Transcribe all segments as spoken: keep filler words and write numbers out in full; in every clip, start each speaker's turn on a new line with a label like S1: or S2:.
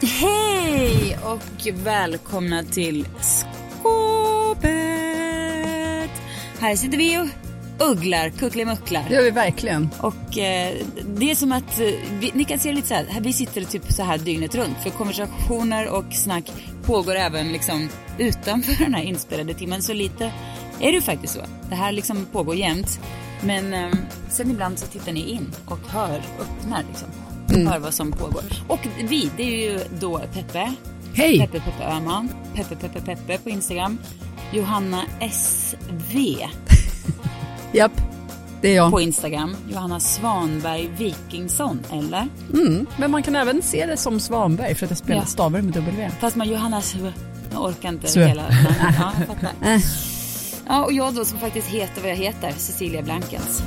S1: Hej och välkomna till Skåpet. Här sitter vi och ugglar, kucklemucklar.
S2: Det gör vi verkligen.
S1: Och eh, det är som att eh, vi, ni kan se lite så här, här vi sitter typ så här dygnet runt, för konversationer och snack pågår även liksom utanför den här inspelade timmen. Så lite är det faktiskt så. Det här liksom pågår jämt. Men eh, sen ibland så tittar ni in och hör, öppnar liksom. Mm. Hör vad som pågår. Och vi, det är ju då Peppe.
S2: Hej!
S1: Peppe Peppe Öhman. Peppe Peppe Peppe på Instagram. Johanna S V.
S2: Japp, det är jag.
S1: På Instagram. Johanna Svanberg Wikingsson, eller?
S2: Mm, men man kan även se det som Svanberg för att jag spelar ja. stavar med W.
S1: Fast man Johanna Sv. Jag orkar inte
S2: Svö.
S1: hela. Men, ja, jag fattar. Ja, och jag då som faktiskt heter vad jag heter. Cecilia Blankens.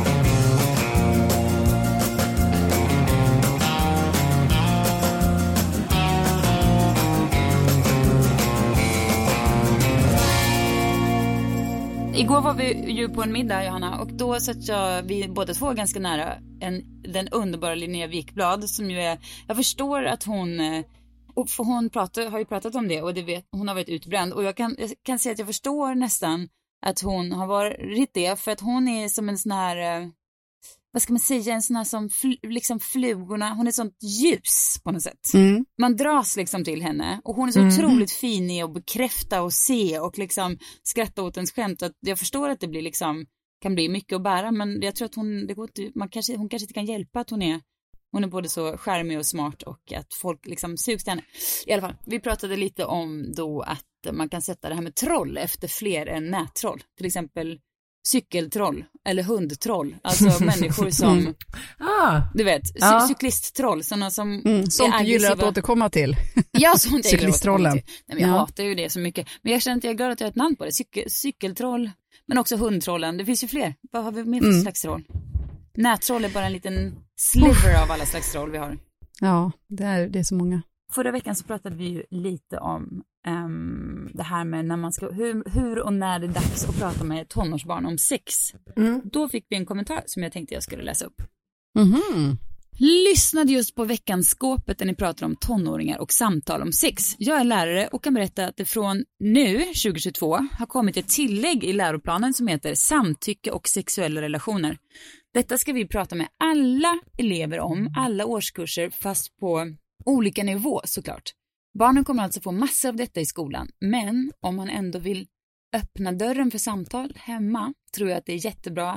S1: Igår var vi ju på en middag, Johanna, och då satt jag, vi båda två ganska nära en, den underbara Linnea Wikblad som ju är, jag förstår att hon, och för hon pratar, har ju pratat om det och det vet, hon har varit utbränd, och jag kan, jag kan säga att jag förstår nästan att hon har varit det, för att hon är som en sån här, vad ska man säga, en sån här som fl, liksom flugorna, hon är sånt ljus på något sätt. Mm. Man dras liksom till henne, och hon är så mm. otroligt fin i att bekräfta och se och liksom skratta åt ens skämt. Att jag förstår att det blir liksom, kan bli mycket att bära, men jag tror att hon, det går inte, man kanske, hon kanske inte kan hjälpa att hon är, hon är både så charmig och smart, och att folk liksom sugs till henne. I alla fall, vi pratade lite om då att man kan sätta det här med troll efter fler än nättroll. Till exempel cykeltroll eller hundtroll, alltså människor som mm.
S2: ah.
S1: du vet, cy- ja. cyklisttroll, sådana som
S2: mm, sånt du gillar att återkomma till.
S1: Ja, sånt jag
S2: Cyklistrollen.
S1: Nej, men jag
S2: ja.
S1: hatar ju det så mycket, men jag känner att jag är glad att jag har ett namn på det. Cykel- cykeltroll, men också hundtrollen, det finns ju fler. Vad har vi mer för mm. slags troll? Nättroll är bara en liten sliver av alla slags troll vi har.
S2: Ja, det är, det är så många.
S1: Förra veckan så pratade vi ju lite om um, det här med när man ska, hur, hur och när det är dags att prata med tonårsbarn om sex. Mm. Då fick vi en kommentar som jag tänkte jag skulle läsa upp.
S2: Mm-hmm.
S1: Lyssnade just på veckans Skåpet där ni pratar om tonåringar och samtal om sex. Jag är lärare och kan berätta att det från nu, tjugohundratjugotvå, har kommit ett tillägg i läroplanen som heter samtycke och sexuella relationer. Detta ska vi prata med alla elever om, alla årskurser, fast på olika nivå såklart. Barnen kommer alltså få massor av detta i skolan, men om man ändå vill öppna dörren för samtal hemma tror jag att det är jättebra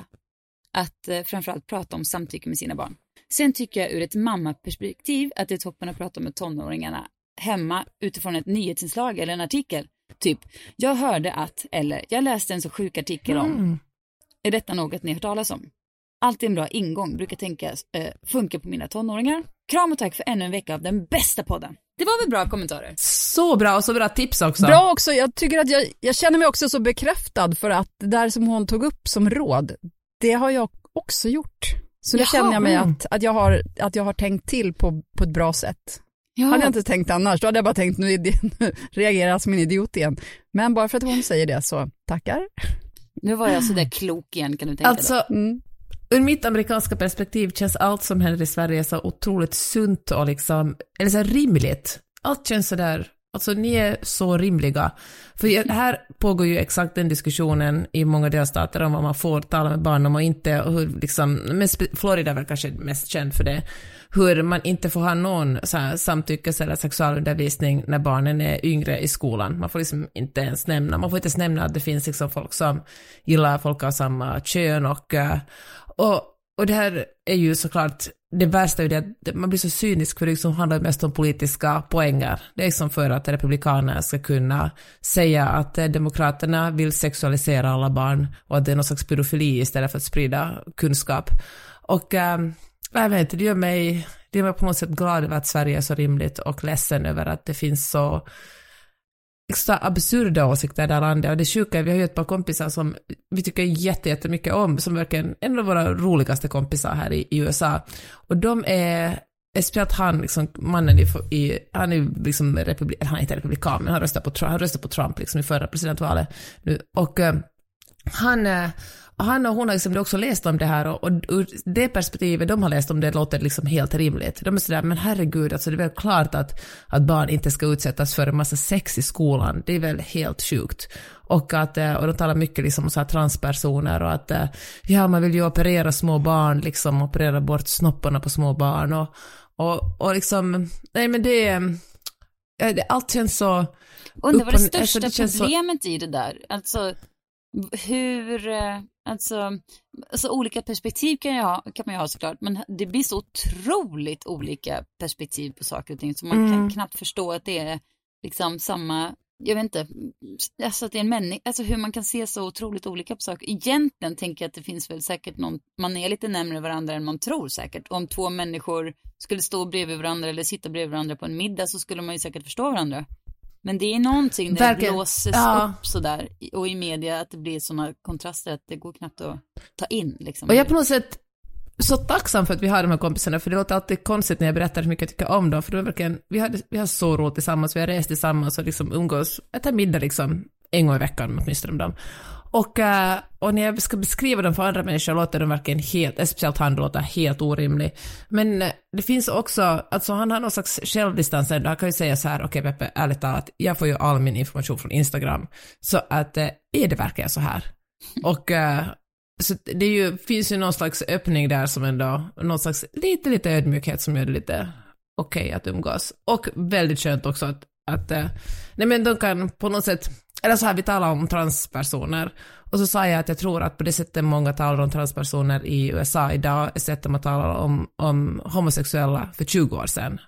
S1: att eh, framförallt prata om samtycke med sina barn. Sen tycker jag ur ett mammaperspektiv att det är toppen att prata med tonåringarna hemma utifrån ett nyhetsinslag eller en artikel. Typ, jag hörde att, eller jag läste en så sjuk artikel om. Mm. Är detta något ni har hört talas om? Alltid en bra ingång, brukar tänka eh, funka på mina tonåringar. Kram och tack för ännu en vecka av den bästa podden. Det var väl bra kommentarer?
S3: Så bra, och så bra tips också.
S2: Bra också, jag tycker att jag, jag känner mig också så bekräftad för att det där som hon tog upp som råd, det har jag också gjort. Så det känner jag mig att, att, jag har, att jag har tänkt till på, på ett bra sätt. Ja. Hade jag inte tänkt annars, då hade jag bara tänkt nu, nu reagerar jag som en idiot igen. Men bara för att hon säger det så tackar.
S1: Nu var jag så där klok igen, kan du tänka
S3: alltså,
S1: dig.
S3: Mm. Ur mitt amerikanska perspektiv känns allt som händer i Sverige så otroligt sunt och liksom, eller så rimligt. Allt känns så där, alltså ni är så rimliga. För här pågår ju exakt den diskussionen i många delstater om vad man får tala med barn om och inte, och hur liksom, men Florida är väl kanske mest känd för det, hur man inte får ha någon så här samtyckes- eller sexualundervisning när barnen är yngre i skolan. Man får liksom inte ens nämna, man får inte ens nämna att det finns liksom folk som gillar folk av samma kön och Och, och det här är ju såklart, det värsta är ju det att man blir så cynisk för det som handlar mest om politiska poänger. Det är liksom för att republikanerna ska kunna säga att demokraterna vill sexualisera alla barn och att det är någon slags pedofili istället för att sprida kunskap. Och ähm, jag vet inte, det gör mig, det gör mig på något sätt glad över att Sverige är så rimligt och ledsen över att det finns så extra absurda åsikter i det här landet. Och det sjuka är, vi har ju ett par kompisar som vi tycker jätte, jättemycket om, som verkar en av våra roligaste kompisar här i, i U S A. Och de är, speciellt han, liksom, mannen i, i han är liksom republik, han är inte republikan, men han röstar på, han röstar på Trump liksom i förra presidentvalet nu. Och uh, han uh, Och han och hon har liksom också läst om det här och, och ur det perspektivet de har läst om det låter liksom helt rimligt. De är sådär, men herregud, alltså det är väl klart att, att barn inte ska utsättas för en massa sex i skolan. Det är väl helt sjukt. Och, att, och de talar mycket liksom om så här transpersoner och att ja, man vill ju operera små barn, liksom operera bort snopparna på små barn och, och, och liksom, nej men det, det allt känns så...
S1: Undrar vad det största alltså, det problemet så... i det där, alltså hur, alltså, alltså olika perspektiv kan, jag ha, kan man ju ha såklart, men det blir så otroligt olika perspektiv på saker och ting så man mm. kan knappt förstå att det är liksom samma, jag vet inte, alltså att det är en människa, alltså hur man kan se så otroligt olika på saker. Egentligen tänker jag att det finns väl säkert någon, man är lite närmare varandra än man tror säkert. Om två människor skulle stå bredvid varandra eller sitta bredvid varandra på en middag så skulle man ju säkert förstå varandra. Men det är någonting där det blåses ja. upp sådär och i media att det blir sådana kontraster att det går knappt att ta in. Liksom.
S3: Och jag är på något sätt så tacksam för att vi har de här kompisarna, för det låter alltid konstigt när jag berättar hur mycket jag tycker om dem, för det var verkligen, vi, hade, vi har så roligt tillsammans, vi har rest tillsammans och liksom umgås, äta middag liksom en gång i veckan åtminstone om dem. Och, och när jag ska beskriva dem för andra människor låter de verkligen helt, speciellt han låter helt orimlig. Men det finns också, alltså han har någon slags självdistans ändå. Han kan ju säga så här, okej okay, Peppe, ärligt talat, jag får ju all min information från Instagram. Så att, är det verkligen så här? Och så det är ju, finns ju någon slags öppning där som ändå, någon slags lite, lite ödmjukhet som gör det lite okej okay att umgås. Och väldigt skönt också att, att nej men de kan på något sätt, eller så här, vi talar om transpersoner. Och så sa jag att jag tror att på det sättet många talar om transpersoner i U S A idag är sättet man talar om, om homosexuella för tjugo år sedan.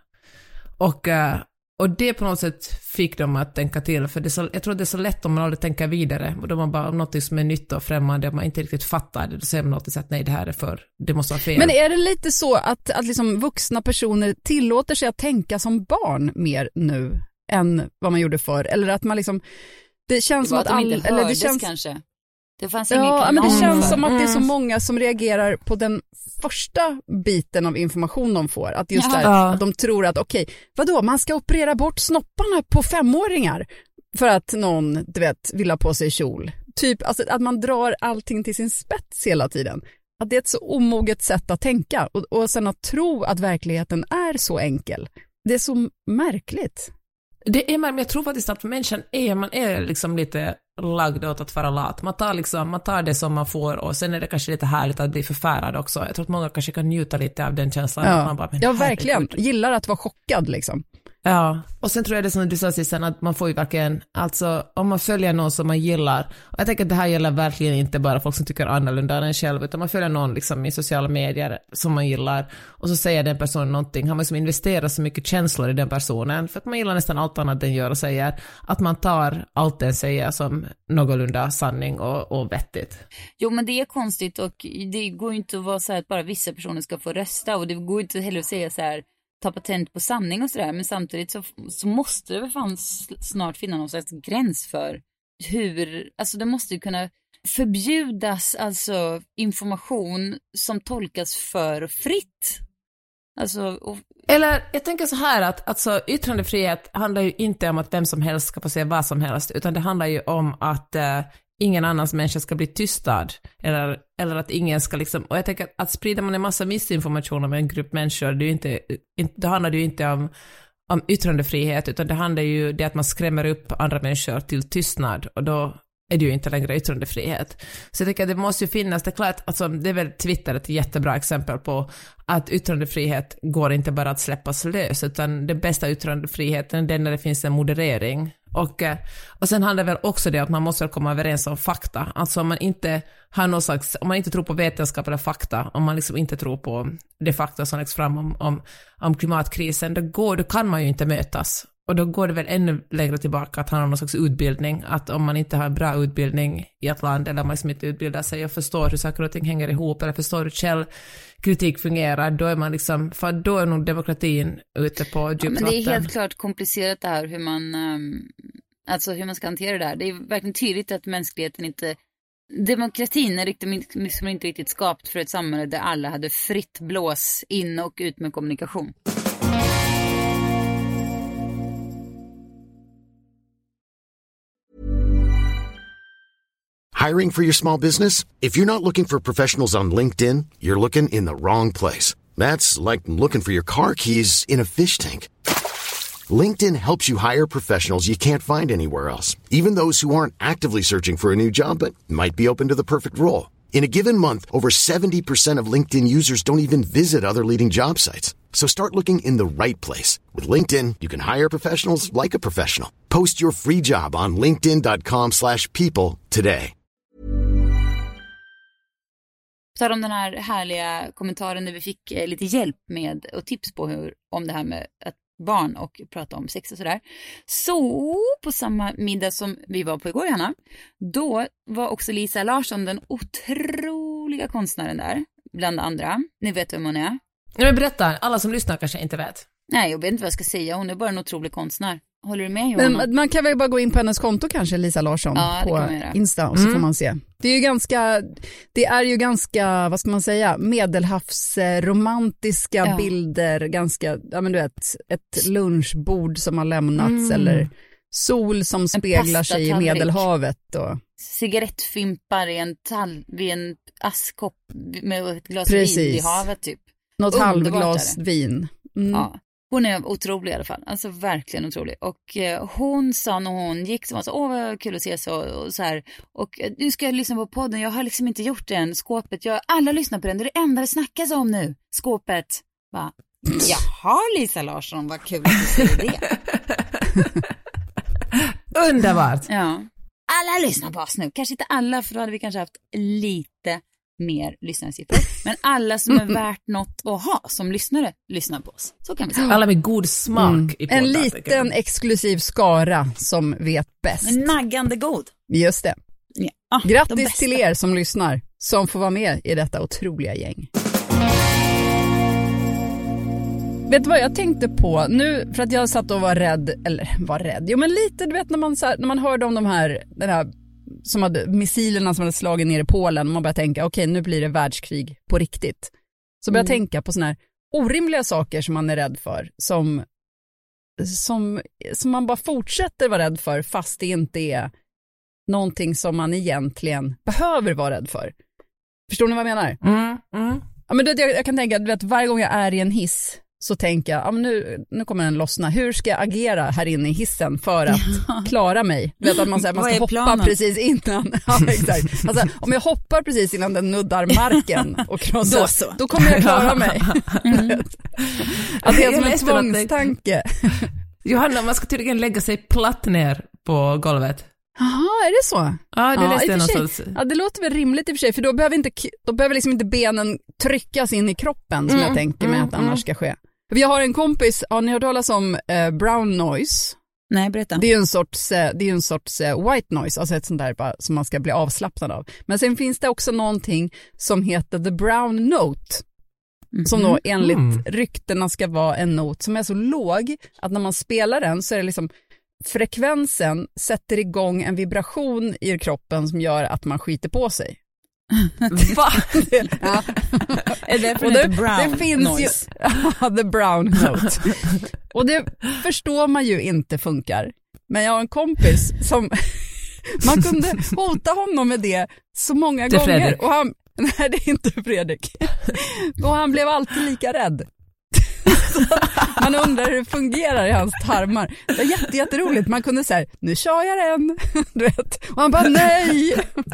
S3: Och, och det på något sätt fick dem att tänka till. För det så, jag tror det är så lätt om man aldrig tänker vidare. Och då man bara om något som är nytt och främmande och man inte riktigt fattar det. Då säger man något och säger att nej, det här är för, det måste vara fel.
S2: Men är det lite så att, att liksom vuxna personer tillåter sig att tänka som barn mer nu än vad man gjorde förr? Eller att man liksom... Det känns det som att, att
S1: all, eller det känns kanske. Det fanns ingen
S2: ja,
S1: kanal.
S2: men det känns som att det är så många som reagerar på den första biten av information de får. Att just där,
S3: ja.
S2: att de tror att okej, okay, vadå, man ska operera bort snopparna på femåringar för att någon, du vet, vill ha på sig kjol. Typ alltså, att man drar allting till sin spets hela tiden. Att det är ett så omoget sätt att tänka. Och, och sen att tro att verkligheten är så enkel. Det är så märkligt.
S3: Det är, men jag tror faktiskt att människan är, man är liksom lite lagd åt att vara lat. Man tar, liksom, man tar det som man får och sen är det kanske lite härligt att bli förfärad också. Jag tror att många kanske kan njuta lite av den känslan.
S2: Ja,
S3: att man bara,
S2: ja verkligen. Gillar att vara chockad liksom.
S3: Ja, och sen tror jag det som du sa Sissan att man får ju verkligen, alltså om man följer någon som man gillar, och jag tänker att det här gäller verkligen inte bara folk som tycker annorlunda än en själv, utan man följer någon liksom i sociala medier som man gillar och så säger den personen någonting, har man liksom investerat så mycket känslor i den personen för att man gillar nästan allt annat den gör och säger, att man tar allt den säger som någorlunda sanning och, och vettigt.
S1: Jo men det är konstigt och det går ju inte att vara så här att bara vissa personer ska få rösta och det går inte heller att säga så här ta patent på sanning och sådär, men samtidigt så, så måste det väl fan snart finna någon slags gräns för hur, alltså det måste ju kunna förbjudas alltså information som tolkas för fritt. Alltså, och...
S3: Eller jag tänker så här att alltså, yttrandefrihet handlar ju inte om att vem som helst ska få säga vad som helst, utan det handlar ju om att eh, ingen annans människa ska bli tystad eller, eller att ingen ska liksom, och jag tänker att, att sprida man en massa missinformation om en grupp människor, det, är ju inte, det handlar ju inte om, om yttrandefrihet, utan det handlar ju om att man skrämmer upp andra människor till tystnad och då är det ju inte längre yttrandefrihet. Så jag tänker att det måste ju finnas, det är klart, alltså det är väl Twitter ett jättebra exempel på att yttrandefrihet går inte bara att släppas lös, utan det bästa yttrandefriheten är den när det finns en moderering. Och, och sen handlar det väl också det att man måste komma överens om fakta. Alltså om man inte har någon slags, om man inte tror på vetenskap eller fakta, om man liksom inte tror på det fakta som läggs fram om, om, om klimatkrisen, då, går, då kan man ju inte mötas. Och då går det väl ännu längre tillbaka att ha någon slags utbildning. Att om man inte har en bra utbildning i ett land eller man liksom inte utbildar sig och förstår hur saker och ting hänger ihop eller förstår hur källkritik fungerar, då är man liksom, för då är nog demokratin ute på djupt vatten.
S1: Ja, men det är helt klart komplicerat det här hur man, alltså hur man ska hantera det här. Det är verkligen tydligt att mänskligheten inte, demokratin är riktigt, liksom inte riktigt skapt för ett samhälle där alla hade fritt blås in och ut med kommunikation.
S4: Hiring for your small business? If you're not looking for professionals on LinkedIn, you're looking in the wrong place. That's like looking for your car keys in a fish tank. LinkedIn helps you hire professionals you can't find anywhere else, even those who aren't actively searching for a new job but might be open to the perfect role. In a given month, over seventy percent of LinkedIn users don't even visit other leading job sites. So start looking in the right place. With LinkedIn, you can hire professionals like a professional. Post your free job on linkedin dot com slash people today.
S1: Så om den här härliga kommentaren där vi fick eh, lite hjälp med och tips på hur, om det här med att barn och prata om sex och sådär. Så på samma middag som vi var på igår, Hanna, då var också Lisa Larsson, den otroliga konstnären där, bland andra. Ni vet vem hon är?
S3: Jag berättar, alla som lyssnar kanske inte vet.
S1: Nej, jag vet inte vad jag ska säga. Hon är bara en otrolig konstnär. Håller du med, Johanna?
S2: Men man kan väl bara gå in på hennes konto kanske, Lisa Larsson,
S1: ja,
S2: på Insta, och så mm. får man se. Det är ju ganska, det är ju ganska, vad ska man säga, medelhavsromantiska ja. bilder, ganska, ja men du vet, ett lunchbord som har lämnats mm. eller sol som speglar sig i Medelhavet. Och...
S1: cigarettfimpar i en tall, vid en askkopp med ett glas
S2: Precis.
S1: vin i havet typ.
S2: Något halvglas vin. Mm.
S1: Ja. Hon är otrolig i alla fall. Alltså verkligen otrolig. Och eh, hon sa när hon gick så var så, åh vad kul att se så och så här. Och eh, nu ska jag lyssna på podden. Jag har liksom inte gjort det än. Skåpet. Jag, alla lyssnar på den. Det är det enda det snackas om nu. Skåpet. Va? Jaha, Lisa Larsson. Vad kul att du säger det.
S3: Underbart.
S1: Ja. Alla lyssnar på oss nu. Kanske inte alla, för då hade vi kanske haft lite mer lyssnarsiffror. Men alla som är värt något att ha som lyssnare lyssnar på oss. Så kan vi säga.
S3: Alla med god smak mm. i podden.
S2: En liten exklusiv skara som vet bäst.
S1: En naggande god.
S2: Just det.
S1: Ja, ah,
S2: grattis till er som lyssnar, som får vara med i detta otroliga gäng. Vet du vad jag tänkte på nu, för att jag satt och var rädd, eller var rädd, jo men lite, du vet när man, så här, när man hörde om de här, den här som hade, missilerna som hade slagit ner i Polen, och man började tänka, okej okay, nu blir det världskrig på riktigt. Så började jag mm. tänka på såna här orimliga saker som man är rädd för, som, som, som man bara fortsätter vara rädd för fast det inte är någonting som man egentligen behöver vara rädd för. Förstår ni vad jag menar?
S3: Mm. Mm.
S2: Ja, men jag, jag kan tänka att, du vet, varje gång jag är i en hiss så tänker jag, ja, men nu, nu kommer den lossna. Hur ska jag agera här inne i hissen för att ja. klara mig? Du vet att man, så här, man ska hoppa planen? precis innan. Ja, exakt. Alltså, om jag hoppar precis innan den nuddar marken och krossar, då, så. då kommer jag klara mig. Mm. Alltså, det är som en tvångstanke.
S3: Johanna, man ska tydligen lägga sig platt ner på golvet.
S2: Jaha, är det så?
S3: Ja, det
S2: ja,
S3: läste jag någonstans.
S2: Ja, det låter väl rimligt i och för sig, för då behöver, inte, då behöver liksom inte benen tryckas in i kroppen som mm, jag tänker mig mm, att annars mm. ska ske. För jag har en kompis, har ni hört talas om eh, brown noise?
S1: Nej, berätta.
S2: Det är ju en sorts, eh, det är en sorts eh, white noise, alltså ett sånt där bara, som man ska bli avslappnad av. Men sen finns det också någonting som heter the brown note. Mm. Som då enligt mm. ryktena ska vara en not som är så låg att när man spelar den så är det liksom frekvensen sätter igång en vibration i kroppen som gör att man skiter på sig. Va? Ja.
S1: Är det för det, brown
S2: det finns
S1: noise?
S2: Ju, the brown note. Och det förstår man ju inte funkar. Men jag har en kompis som man kunde hota honom med det så många
S3: det
S2: gånger.
S3: Fredrik.
S2: Och han, nej, det är inte Fredrik. Och han blev alltid lika rädd. Man undrar hur det fungerar i hans tarmar. Det var jätte, jätteroligt. Man kunde säga, nu kör jag den. Du vet. Och han bara, nej.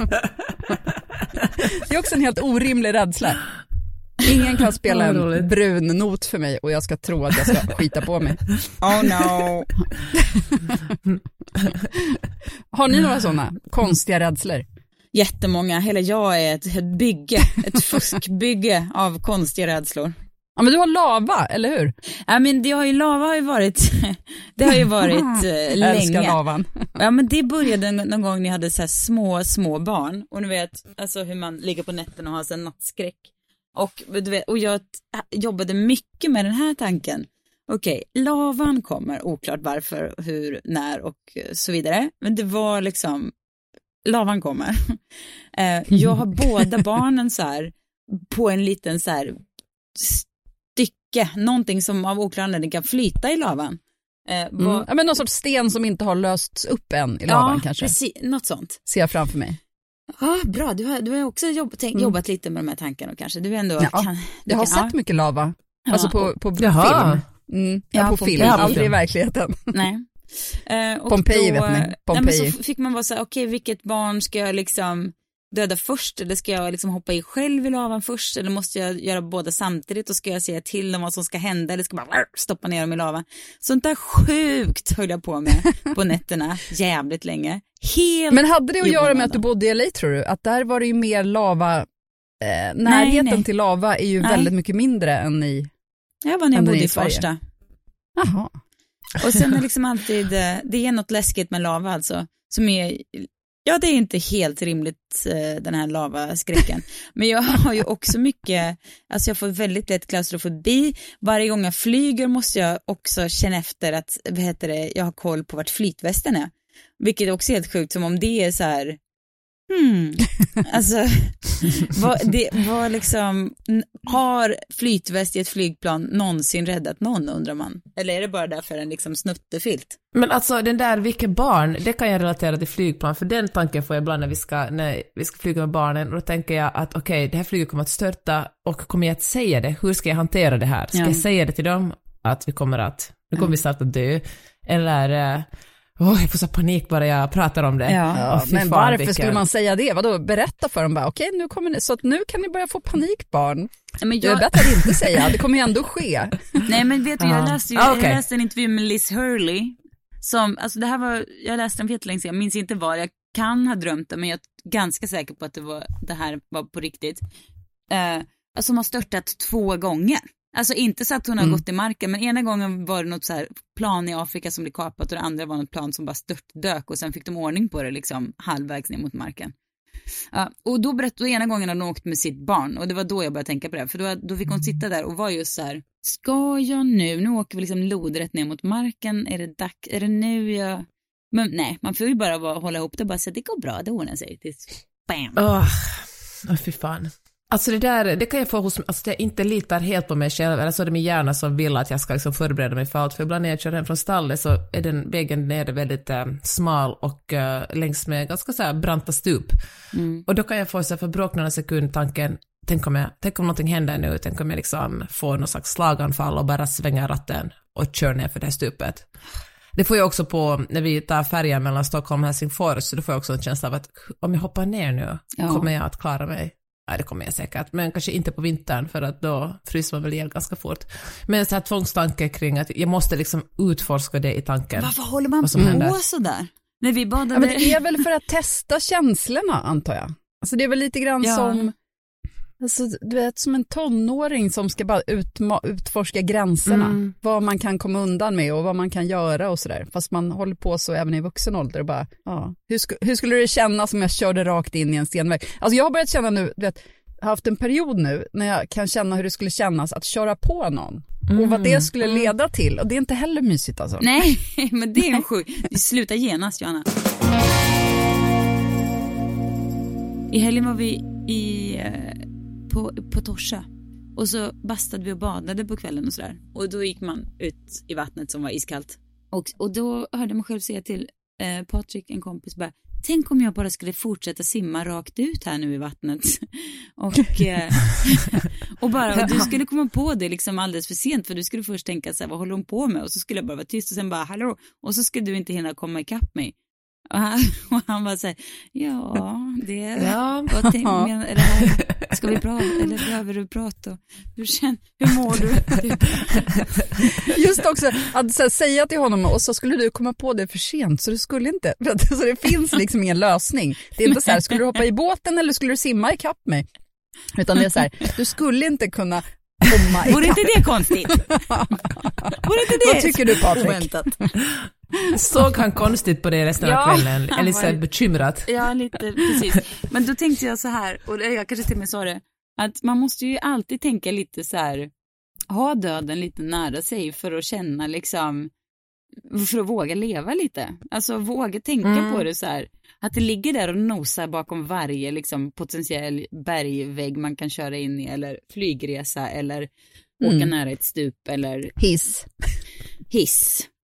S2: Det är också en helt orimlig rädsla. Ingen kan spela en brun not för mig och jag ska tro att jag ska skita på mig.
S1: Oh no.
S2: Har ni några sådana konstiga rädslor?
S1: Jättemånga. Hela jag är ett, ett bygge. Ett fuskbygge av konstiga rädslor.
S2: Ja, men du har lava, eller hur?
S1: Ja, men det har ju, lava har ju varit, det har ju varit eh, länge.
S2: Älskar lavan.
S1: Ja, men det började någon gång när jag hade så här små, små barn. Och ni vet, alltså hur man ligger på nätten och har så här nattskräck. Och, du vet, och jag jobbade mycket med den här tanken. Okej, okay, lavan kommer, oklart varför, hur, när och så vidare. Men det var liksom, lavan kommer. eh, jag har båda barnen så här på en liten så här stycke, någonting som av oklar anledning kan flyta i lavan. Eh,
S2: mm. var... Ja, men någon sorts sten som inte har lösts upp än i lavan,
S1: ja,
S2: kanske.
S1: Precis, något sånt.
S2: Ser jag framför mig.
S1: Ja, ah, bra. Du har, du har också jobb, tänk, mm. jobbat lite med de här tankarna kanske. Du ändå
S2: ja,
S1: kan, du
S2: jag har
S1: kan,
S2: sett ja. mycket lava. Alltså på, på film. Mm, ja, ja, på, på film. film. Aldrig i verkligheten.
S1: Nej. Uh, och
S2: Pompeji
S1: då,
S2: vet ni. Pompeji.
S1: Nej, men så fick man vara så här, okej, okay, vilket barn ska jag liksom döda först? Eller ska jag liksom hoppa i själv i lavan först? Eller måste jag göra båda samtidigt? Och ska jag säga till dem vad som ska hända? Eller ska jag bara stoppa ner dem i lavan? Sånt där sjukt höll jag på med på nätterna jävligt länge. Helt
S2: Men hade det att göra med att du bodde i L A, tror du? Att där var det ju mer lava, eh, närheten nej, nej. till lava är ju nej. väldigt mycket mindre än i
S1: Jag var när jag bodde i Farsta.
S2: Jaha.
S1: Och sen är liksom alltid, det är något läskigt med lava alltså, som är, ja det är inte helt rimligt den här lavaskräcken. Men jag har ju också mycket, alltså jag får väldigt lätt klaustrofobi. Varje gång jag flyger måste jag också känna efter att, vad heter det, jag har koll på vart flytvästen är. Vilket också är helt sjukt, som om det är så här, hmm, alltså vad, det var liksom, har flytväst i ett flygplan någonsin räddat någon, undrar man? Eller är det bara därför en liksom snuttefilt?
S3: Men alltså den där, vilket barn, det kan jag relatera till flygplan, för den tanken får jag ibland när vi ska, när vi ska flyga med barnen, och då tänker jag att okej, okay, det här flyget kommer att störta, och kommer jag att säga det? Hur ska jag hantera det här? Ska ja. jag säga det till dem att vi kommer att, nu kommer ja. vi snart att dö? Eller oh, jag får så panik bara jag pratar om det.
S2: Ja. Ja, men fan, varför vilken... skulle man säga det? Vadå, berätta för dem bara, okej, okay, nu kommer ni, så att nu kan ni börja få panik, barn. Ja, men jag... Det är bättre att inte säga, det kommer ju ändå ske.
S1: Nej, men vet du, jag läste, ju, ah, okay. jag läste en intervju med Liz Hurley, som, alltså det här var, jag läste den för jättelänge sedan, jag minns inte var, jag kan ha drömt det, men jag är ganska säker på att det, var, det här var på riktigt. Uh, alltså hon har störtat två gånger. Alltså inte så att hon har mm. gått i marken, men ena gången var det något så här plan i Afrika som blev kapat, och det andra var något plan som bara störtdök, och sen fick de ordning på det liksom halvvägs ner mot marken. Ja, och då berättade ena gången att hon åkt med sitt barn, och det var då jag började tänka på det, för då, då fick hon sitta där och var just så här, ska jag nu, nu åker vi liksom lodrätt ner mot marken, är det dack, är det nu jag, men nej, man får ju bara vara, hålla ihop det och bara säga, det går bra, det ordnar sig, det bam.
S3: Åh, oh, fy fan. Alltså det där, det kan jag få hos mig, alltså jag inte litar helt på mig själv, eller så är det min hjärna som vill att jag ska liksom förbereda mig för allt, för ibland när jag kör hem från stallet så är den vägen nere väldigt äh, smal och äh, längs med ganska så här branta stup. Mm. Och då kan jag få så här för bråk några sekund tanken, tänk om, jag, tänk om någonting händer nu, tänk om jag liksom får någon slags slaganfall och bara svänger ratten och kör ner för det här stupet. Det får jag också på, när vi tar färjan mellan Stockholm och Helsingfors, så då får jag också en känsla av att om jag hoppar ner nu, ja. kommer jag att klara mig. Ja, det kommer jag säkert. Men kanske inte på vintern, för att då fryser man väl ihjäl ganska fort. Men så här tvångstanke kring att jag måste liksom utforska det i tanken.
S1: Varför håller man på händer. sådär? När vi badade...
S2: Ja, men det är väl för att testa känslorna, antar jag. Alltså det är väl lite grann ja. som... Alltså, du vet, som en tonåring som ska bara utma- utforska gränserna. Mm. Vad man kan komma undan med och vad man kan göra och sådär. Fast man håller på så även i vuxen ålder och bara, ja. Hur, sk- hur skulle det kännas om jag körde rakt in i en stenväg? Alltså jag har börjat känna nu, du vet, har haft en period nu när jag kan känna hur det skulle kännas att köra på någon. Mm. Och vad det skulle leda till. Och det är inte heller mysigt alltså.
S1: Nej, men det är en sjuk. Sluta genast, Johanna. I helgen var vi i... På, på Torsa. Och så bastade vi och badade på kvällen och sådär. Och då gick man ut i vattnet som var iskallt. Och, och då hörde jag mig själv säga till eh, Patrik, en kompis, bara, tänk om jag bara skulle fortsätta simma rakt ut här nu i vattnet. och, eh, och bara, och du skulle komma på det liksom alldeles för sent, för du skulle först tänka så här, vad håller hon på med? Och så skulle jag bara vara tyst och sen bara, hallå. Och så skulle du inte hinna komma ikapp mig. Och han, och han bara säger, ja, det är, ja. Vad tänk, men, är det här, ska vi prata, eller behöver du prata? Hur, känner, hur mår du?
S2: Just också, att så här, säga till honom, och så skulle du komma på det för sent, så du skulle inte, så det finns liksom ingen lösning. Det är inte så här, skulle du hoppa i båten eller skulle du simma i kapp mig? Utan det är så här, du skulle inte kunna komma i kapp.
S1: Vore inte det konstigt? Vore inte det?
S2: Vad tycker du, Patrik?
S1: Oväntat.
S3: Såg han konstigt på det resten av
S1: ja,
S3: kvällen? Eller så var... bekymrat?
S1: Ja, lite, precis. Men då tänkte jag så här, och jag kanske till och med sa det, att man måste ju alltid tänka lite så här, ha döden lite nära sig för att känna liksom, för att våga leva lite. Alltså våga tänka mm. på det så här, att det ligger där och nosar bakom varje liksom potentiell bergvägg man kan köra in i, eller flygresa, eller mm. åka nära ett stup, eller
S2: hiss.
S1: Hiss. Ja,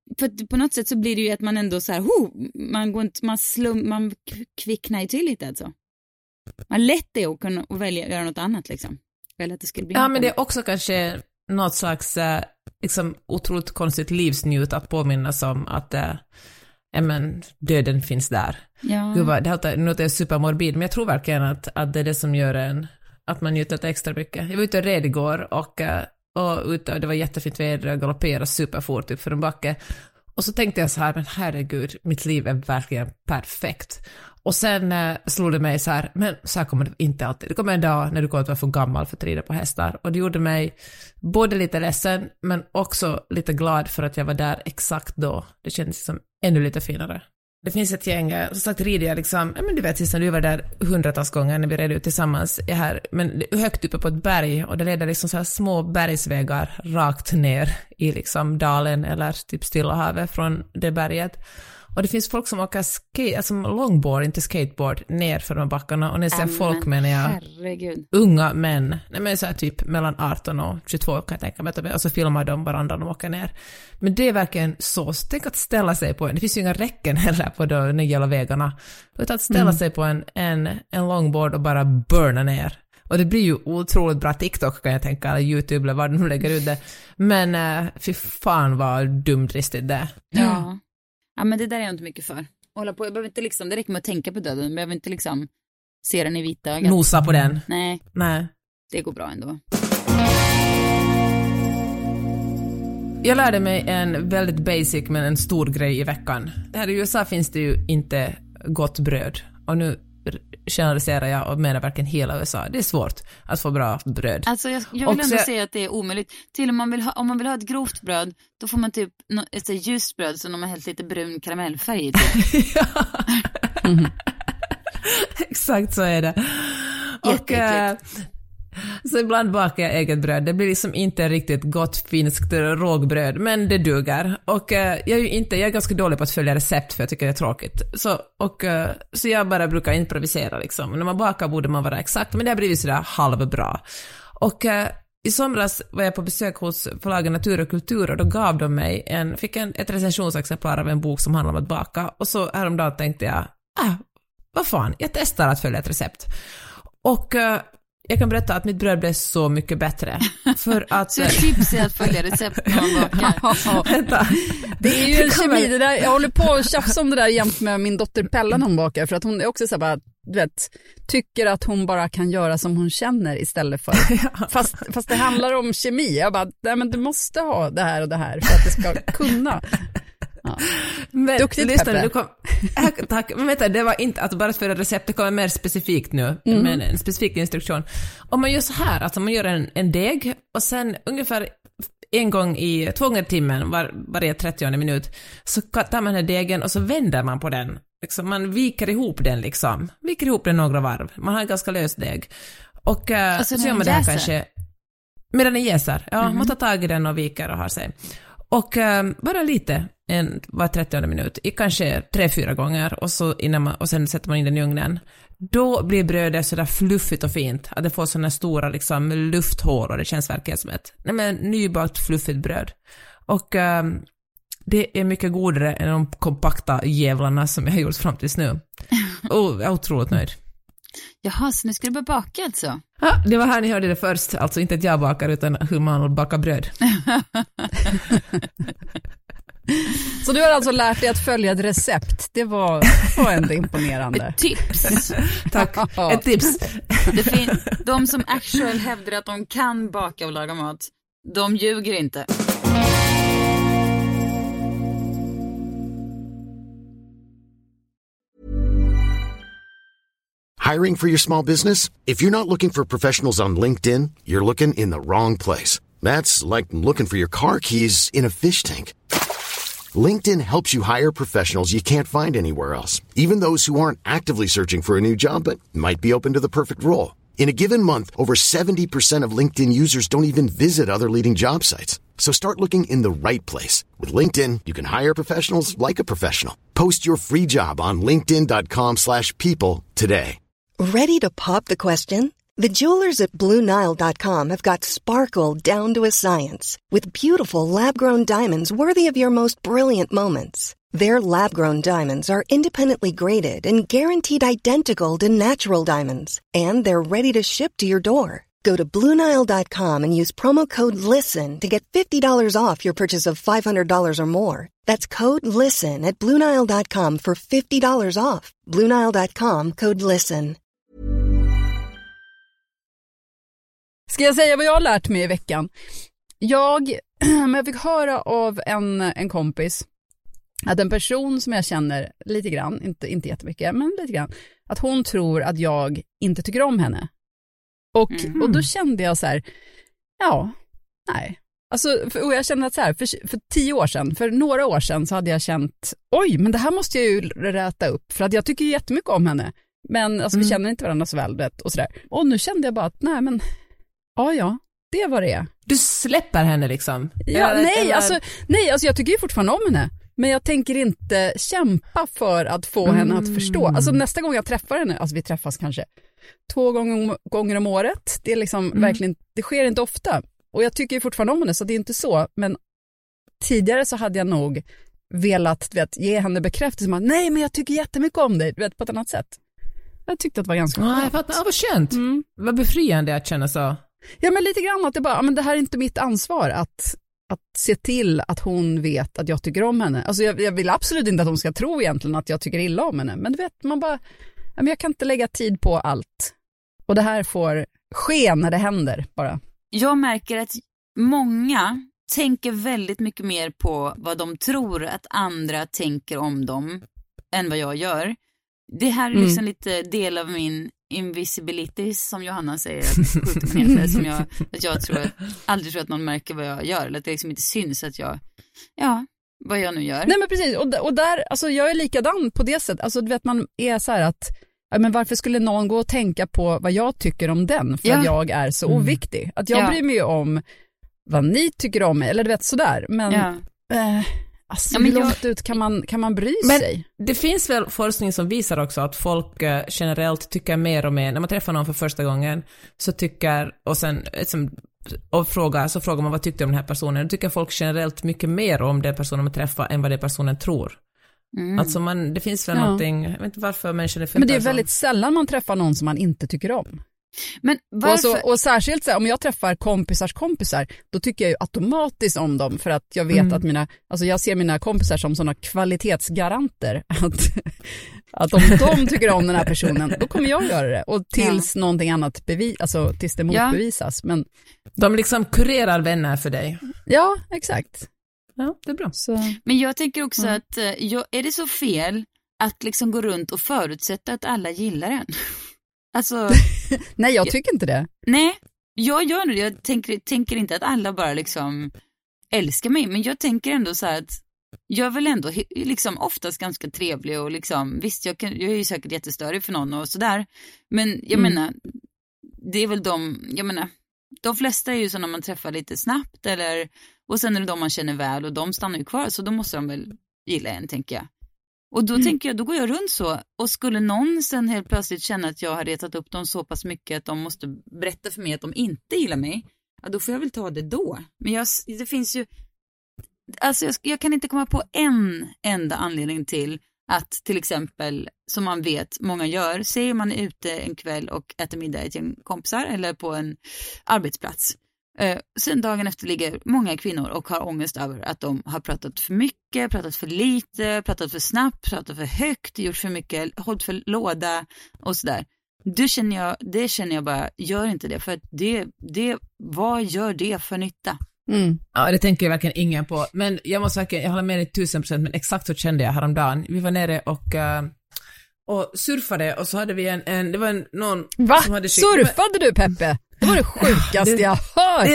S1: för att på något sätt så blir det ju att man ändå så här, ho, man går inte, man slum, man kvicknar ju till lite alltså. Man lätt det att kunna att välja göra något annat liksom. Eller att det skulle bli
S3: ja, men det är också kanske något slags äh, liksom otroligt konstigt livsnjut att påminnas om att äh, men, döden finns där.
S1: Ja.
S3: Gud, vad, det här låter supermorbid, men jag tror verkligen att, att det är det som gör en, att man njuter lite extra mycket. Jag var ute och red igår och, och, ute, och det var jättefint väder och galopperade superfort upp för en backe. Och så tänkte jag så här, men herregud, mitt liv är verkligen perfekt. Och sen äh, slog det mig så här, men så här kommer det inte alltid. Det kommer en dag när du kommer att vara för gammal för att rida på hästar. Och det gjorde mig både lite ledsen, men också lite glad för att jag var där exakt då. Det kändes som ännu lite finare. Det finns ett gäng, som sagt rider jag liksom, men du vet sist när du var där hundratals gånger när vi red ut tillsammans här, men högt uppe på ett berg och det leder liksom så här små bergsvägar rakt ner i liksom dalen eller typ Stilla havet från det berget. Och det finns folk som åker skate, alltså longboard, inte skateboard, ner för de backarna. Och när jag säger folk menar jag
S1: herregud.
S3: Unga män. Nej, men så här typ mellan arton och tjugotvå kan jag tänka mig. Och så filmar de varandra när de åker ner. Men det är verkligen så. Tänk att ställa sig på en. Det finns ju inga räcken heller på de nya vägarna. Utan att ställa mm. sig på en, en, en longboard och bara burna ner. Och det blir ju otroligt bra TikTok kan jag tänka, eller YouTube eller vad de nu lägger ut det. Men äh, fy fan vad dumdristigt det.
S1: Ja. Ja, men det där är jag inte mycket för. Hålla på, jag behöver inte liksom, det räcker med att tänka på döden. Jag behöver inte liksom se den i vita ögat.
S3: Nosa på den.
S1: Nej.
S3: Nej.
S1: Det går bra ändå.
S3: Jag lärde mig en väldigt basic men en stor grej i veckan. Här i U S A finns det ju inte gott bröd. Och nu generaliserar jag och menar verkligen hela U S A. Det är svårt att få bra bröd.
S1: Alltså jag, jag vill ändå säga att det är omöjligt. Till om man vill ha, om man vill ha ett grovt bröd, då får man typ ett så ljust bröd som de har helt lite brun karamellfärg i. Typ.
S3: Ja. Mm. Exakt så är det. Och äh, så ibland bakar jag eget bröd. Det blir liksom inte riktigt gott finskt rågbröd, men det duger. Och uh, jag är ju inte, jag är ganska dålig på att följa recept för jag tycker det är tråkigt. Så, och, uh, så jag bara brukar improvisera liksom. När man bakar borde man vara exakt, men det har blivit sådär halvbra. Och uh, i somras var jag på besök hos förlaget Natur och kultur och då gav de mig en, fick en, ett recensionsexemplar av en bok som handlar om att baka. Och så häromdagen tänkte jag, ah, vad fan, jag testar att följa ett recept. Och uh, jag kan berätta att mitt bröd blev så mycket bättre. För att...
S1: Så tips är att följa recept när man bakar.
S2: Det är ju en kemi, det där, jag håller på att tjafsa om det där jämt med min dotter Pella när hon bakar. För att hon är också så här bara, du vet, tycker att hon bara kan göra som hon känner istället för... Fast, fast det handlar om kemi. Jag bara, nej men du måste ha det här och det här för att det ska kunna... Ja.
S3: Men,
S2: duktigt,
S3: lyssna, du kom, äh, tack, men vänta, det var inte att bara för ett recept, det kommer mer specifikt nu, mm. med en specifik instruktion. Om man gör så här, alltså man gör en, en deg och sen ungefär en gång i, två gånger i timmen, var, varje trettionde minut, så tar man den här degen och så vänder man på den. Liksom, man viker ihop den liksom, viker ihop den några varv. Man har en ganska lös deg. Och äh,
S1: alltså,
S3: så gör man det här kanske, medan den jäser. Ja, mm. man tar tag i den och viker och har sig. Och äh, bara lite, en, var trettionde minut, i kanske tre, fyra gånger och, så innan man, och sen sätter man in den i ugnen. Då blir brödet sådär fluffigt och fint. Att det får sådana stora liksom, lufthår och det känns verkligen som ett nej, men, nybakt fluffigt bröd. Och äh, det är mycket godare än de kompakta jävlarna som jag har gjort fram tills nu. Och jag är otroligt nöjd.
S1: Jaha, så nu ska du börja baka alltså?
S3: Ja, det var här ni hörde det först. Alltså inte att jag bakar utan hur man bakar bröd.
S2: Så du har alltså lärt dig att följa ett recept. Det var, var ändå imponerande.
S1: Ett tips.
S3: Tack, ett tips.
S1: Det fin- de som actual hävdar att de kan baka och laga mat, de ljuger inte.
S4: Hiring for your small business? If you're not looking for professionals on LinkedIn, you're looking in the wrong place. That's like looking for your car keys in a fish tank. LinkedIn helps you hire professionals you can't find anywhere else, even those who aren't actively searching for a new job but might be open to the perfect role. In a given month, over seventy percent of LinkedIn users don't even visit other leading job sites. So start looking in the right place. With LinkedIn, you can hire professionals like a professional. Post your free job on linkedin dot com slash people today.
S5: Ready to pop the question? The jewelers at Blue Nile dot com have got sparkle down to a science with beautiful lab-grown diamonds worthy of your most brilliant moments. Their lab-grown diamonds are independently graded and guaranteed identical to natural diamonds, and they're ready to ship to your door. Go to Blue Nile dot com and use promo code LISTEN to get fifty dollars off your purchase of five hundred dollars or more. That's code LISTEN at Blue Nile dot com for fifty dollars off. Blue Nile dot com, code LISTEN.
S2: Ska jag säga vad jag har lärt mig i veckan? Jag, jag fick höra av en, en kompis att en person som jag känner lite grann, inte, inte jättemycket, men lite grann, att hon tror att jag inte tycker om henne. Och, mm. och då kände jag så här, ja, nej. Alltså, för, och jag kände att så här, för, för tio år sedan, för några år sedan så hade jag känt, oj, men det här måste jag ju räta upp, för att jag tycker ju jättemycket om henne. Men alltså, mm. vi känner inte varandra så väl, vet, och sådär. Och nu kände jag bara att, nej men, ja, ja, det var det.
S3: Du släpper henne liksom?
S2: Ja, eller, nej, eller... Alltså, nej, alltså jag tycker ju fortfarande om henne. Men jag tänker inte kämpa för att få mm. henne att förstå. Alltså nästa gång jag träffar henne, alltså vi träffas kanske två gånger, gånger om året. Det är liksom mm. verkligen, det sker inte ofta. Och jag tycker ju fortfarande om henne, så det är inte så. Men tidigare så hade jag nog velat, vet, ge henne bekräftelse som att nej, men jag tycker jättemycket om dig, vet, på ett annat sätt. Jag tyckte att det var ganska skönt.
S3: Ja, jag fattar. Ja, vad skönt. Mm. Vad befriande att känna så.
S2: Ja, men lite grann att det bara, men det här är inte mitt ansvar att, att se till att hon vet att jag tycker om henne. Alltså jag, jag vill absolut inte att hon ska tro egentligen att jag tycker illa om henne. Men du vet, man bara, men jag kan inte lägga tid på allt. Och det här får ske när det händer bara.
S1: Jag märker att många tänker väldigt mycket mer på vad de tror att andra tänker om dem än vad jag gör. Det här är liksom mm. lite del av min invisibility, som Johanna säger, att, ner, som jag, att jag tror att, aldrig tror att någon märker vad jag gör, eller att det liksom inte syns att jag, ja, vad jag nu gör.
S2: Nej, men precis, och, och där, alltså jag är likadan på det sättet, alltså du vet, man är så här att, ja, men varför skulle någon gå och tänka på vad jag tycker om den, för ja. att jag är så oviktig, att jag ja. bryr mig om vad ni tycker om mig, eller du vet sådär, men ja. eh, alltså, ja, men hur långt jag... ut kan man, kan man bry
S3: men
S2: sig?
S3: Det finns väl forskning som visar också att folk uh, generellt tycker mer och mer, när man träffar någon för första gången så tycker, och sen liksom, och frågar, så frågar man vad tyckte om den här personen, då tycker folk generellt mycket mer om den personen man träffar än vad den personen tror. Mm. Alltså man, det finns väl ja. någonting, jag vet inte varför människor är för.
S2: Men det är väldigt sällan man träffar någon som man inte tycker om.
S1: Men varför...
S2: och, så, och särskilt så här, om jag träffar kompisars kompisar, då tycker jag ju automatiskt om dem, för att jag vet mm. att mina, alltså jag ser mina kompisar som sådana kvalitetsgaranter att, att om de tycker om den här personen, då kommer jag göra det, och tills ja. någonting annat bevis, alltså tills det motbevisas. Ja. Men
S3: de liksom kurerar vänner för dig.
S2: Ja, exakt.
S3: Ja, det är bra.
S1: Så. Men jag tänker också mm. att jag, är det så fel att liksom gå runt och förutsätta att alla gillar en? Alltså,
S2: nej, jag tycker jag, inte det.
S1: Nej, jag gör det. Jag tänker, tänker inte att alla bara liksom älskar mig. Men jag tänker ändå så här att jag är väl ändå liksom oftast ganska trevlig. Och liksom, visst, jag, kan, jag är ju säkert jättestörig för någon och sådär. Men jag mm. menar, det är väl de, jag menar, de flesta är ju så när man träffar lite snabbt. Eller, och sen är det de man känner väl och de stannar ju kvar. Så då måste de väl gilla en, tänker jag. Och då mm. tänker jag, då går jag runt så. Och skulle någon sen helt plötsligt känna att jag har retat upp dem så pass mycket att de måste berätta för mig att de inte gillar mig, ja, då får jag väl ta det då. Men jag, det finns ju, alltså jag, jag kan inte komma på en enda anledning till att till exempel, som man vet många gör, säger man är ute en kväll och äter middag ett gäng kompisar eller på en arbetsplats. Uh, sen dagen efter ligger många kvinnor och har ångest över att de har pratat för mycket, pratat för lite, pratat för snabbt, pratat för högt, gjort för mycket, hållit för låda och sådär. Det känner jag, det känner jag bara, gör inte det, för att det, det, vad gör det för nytta?
S3: Mm. Ja, det tänker jag verkligen ingen på, men jag måste verkligen, jag håller med dig tusen procent, men exakt så kände jag häromdagen. Vi var nere och uh, och surfade, och så hade vi en, en det var en, någon
S2: Va?
S3: som hade
S2: skick... Surfade du, Peppe? Det var det sjukaste det, jag hört.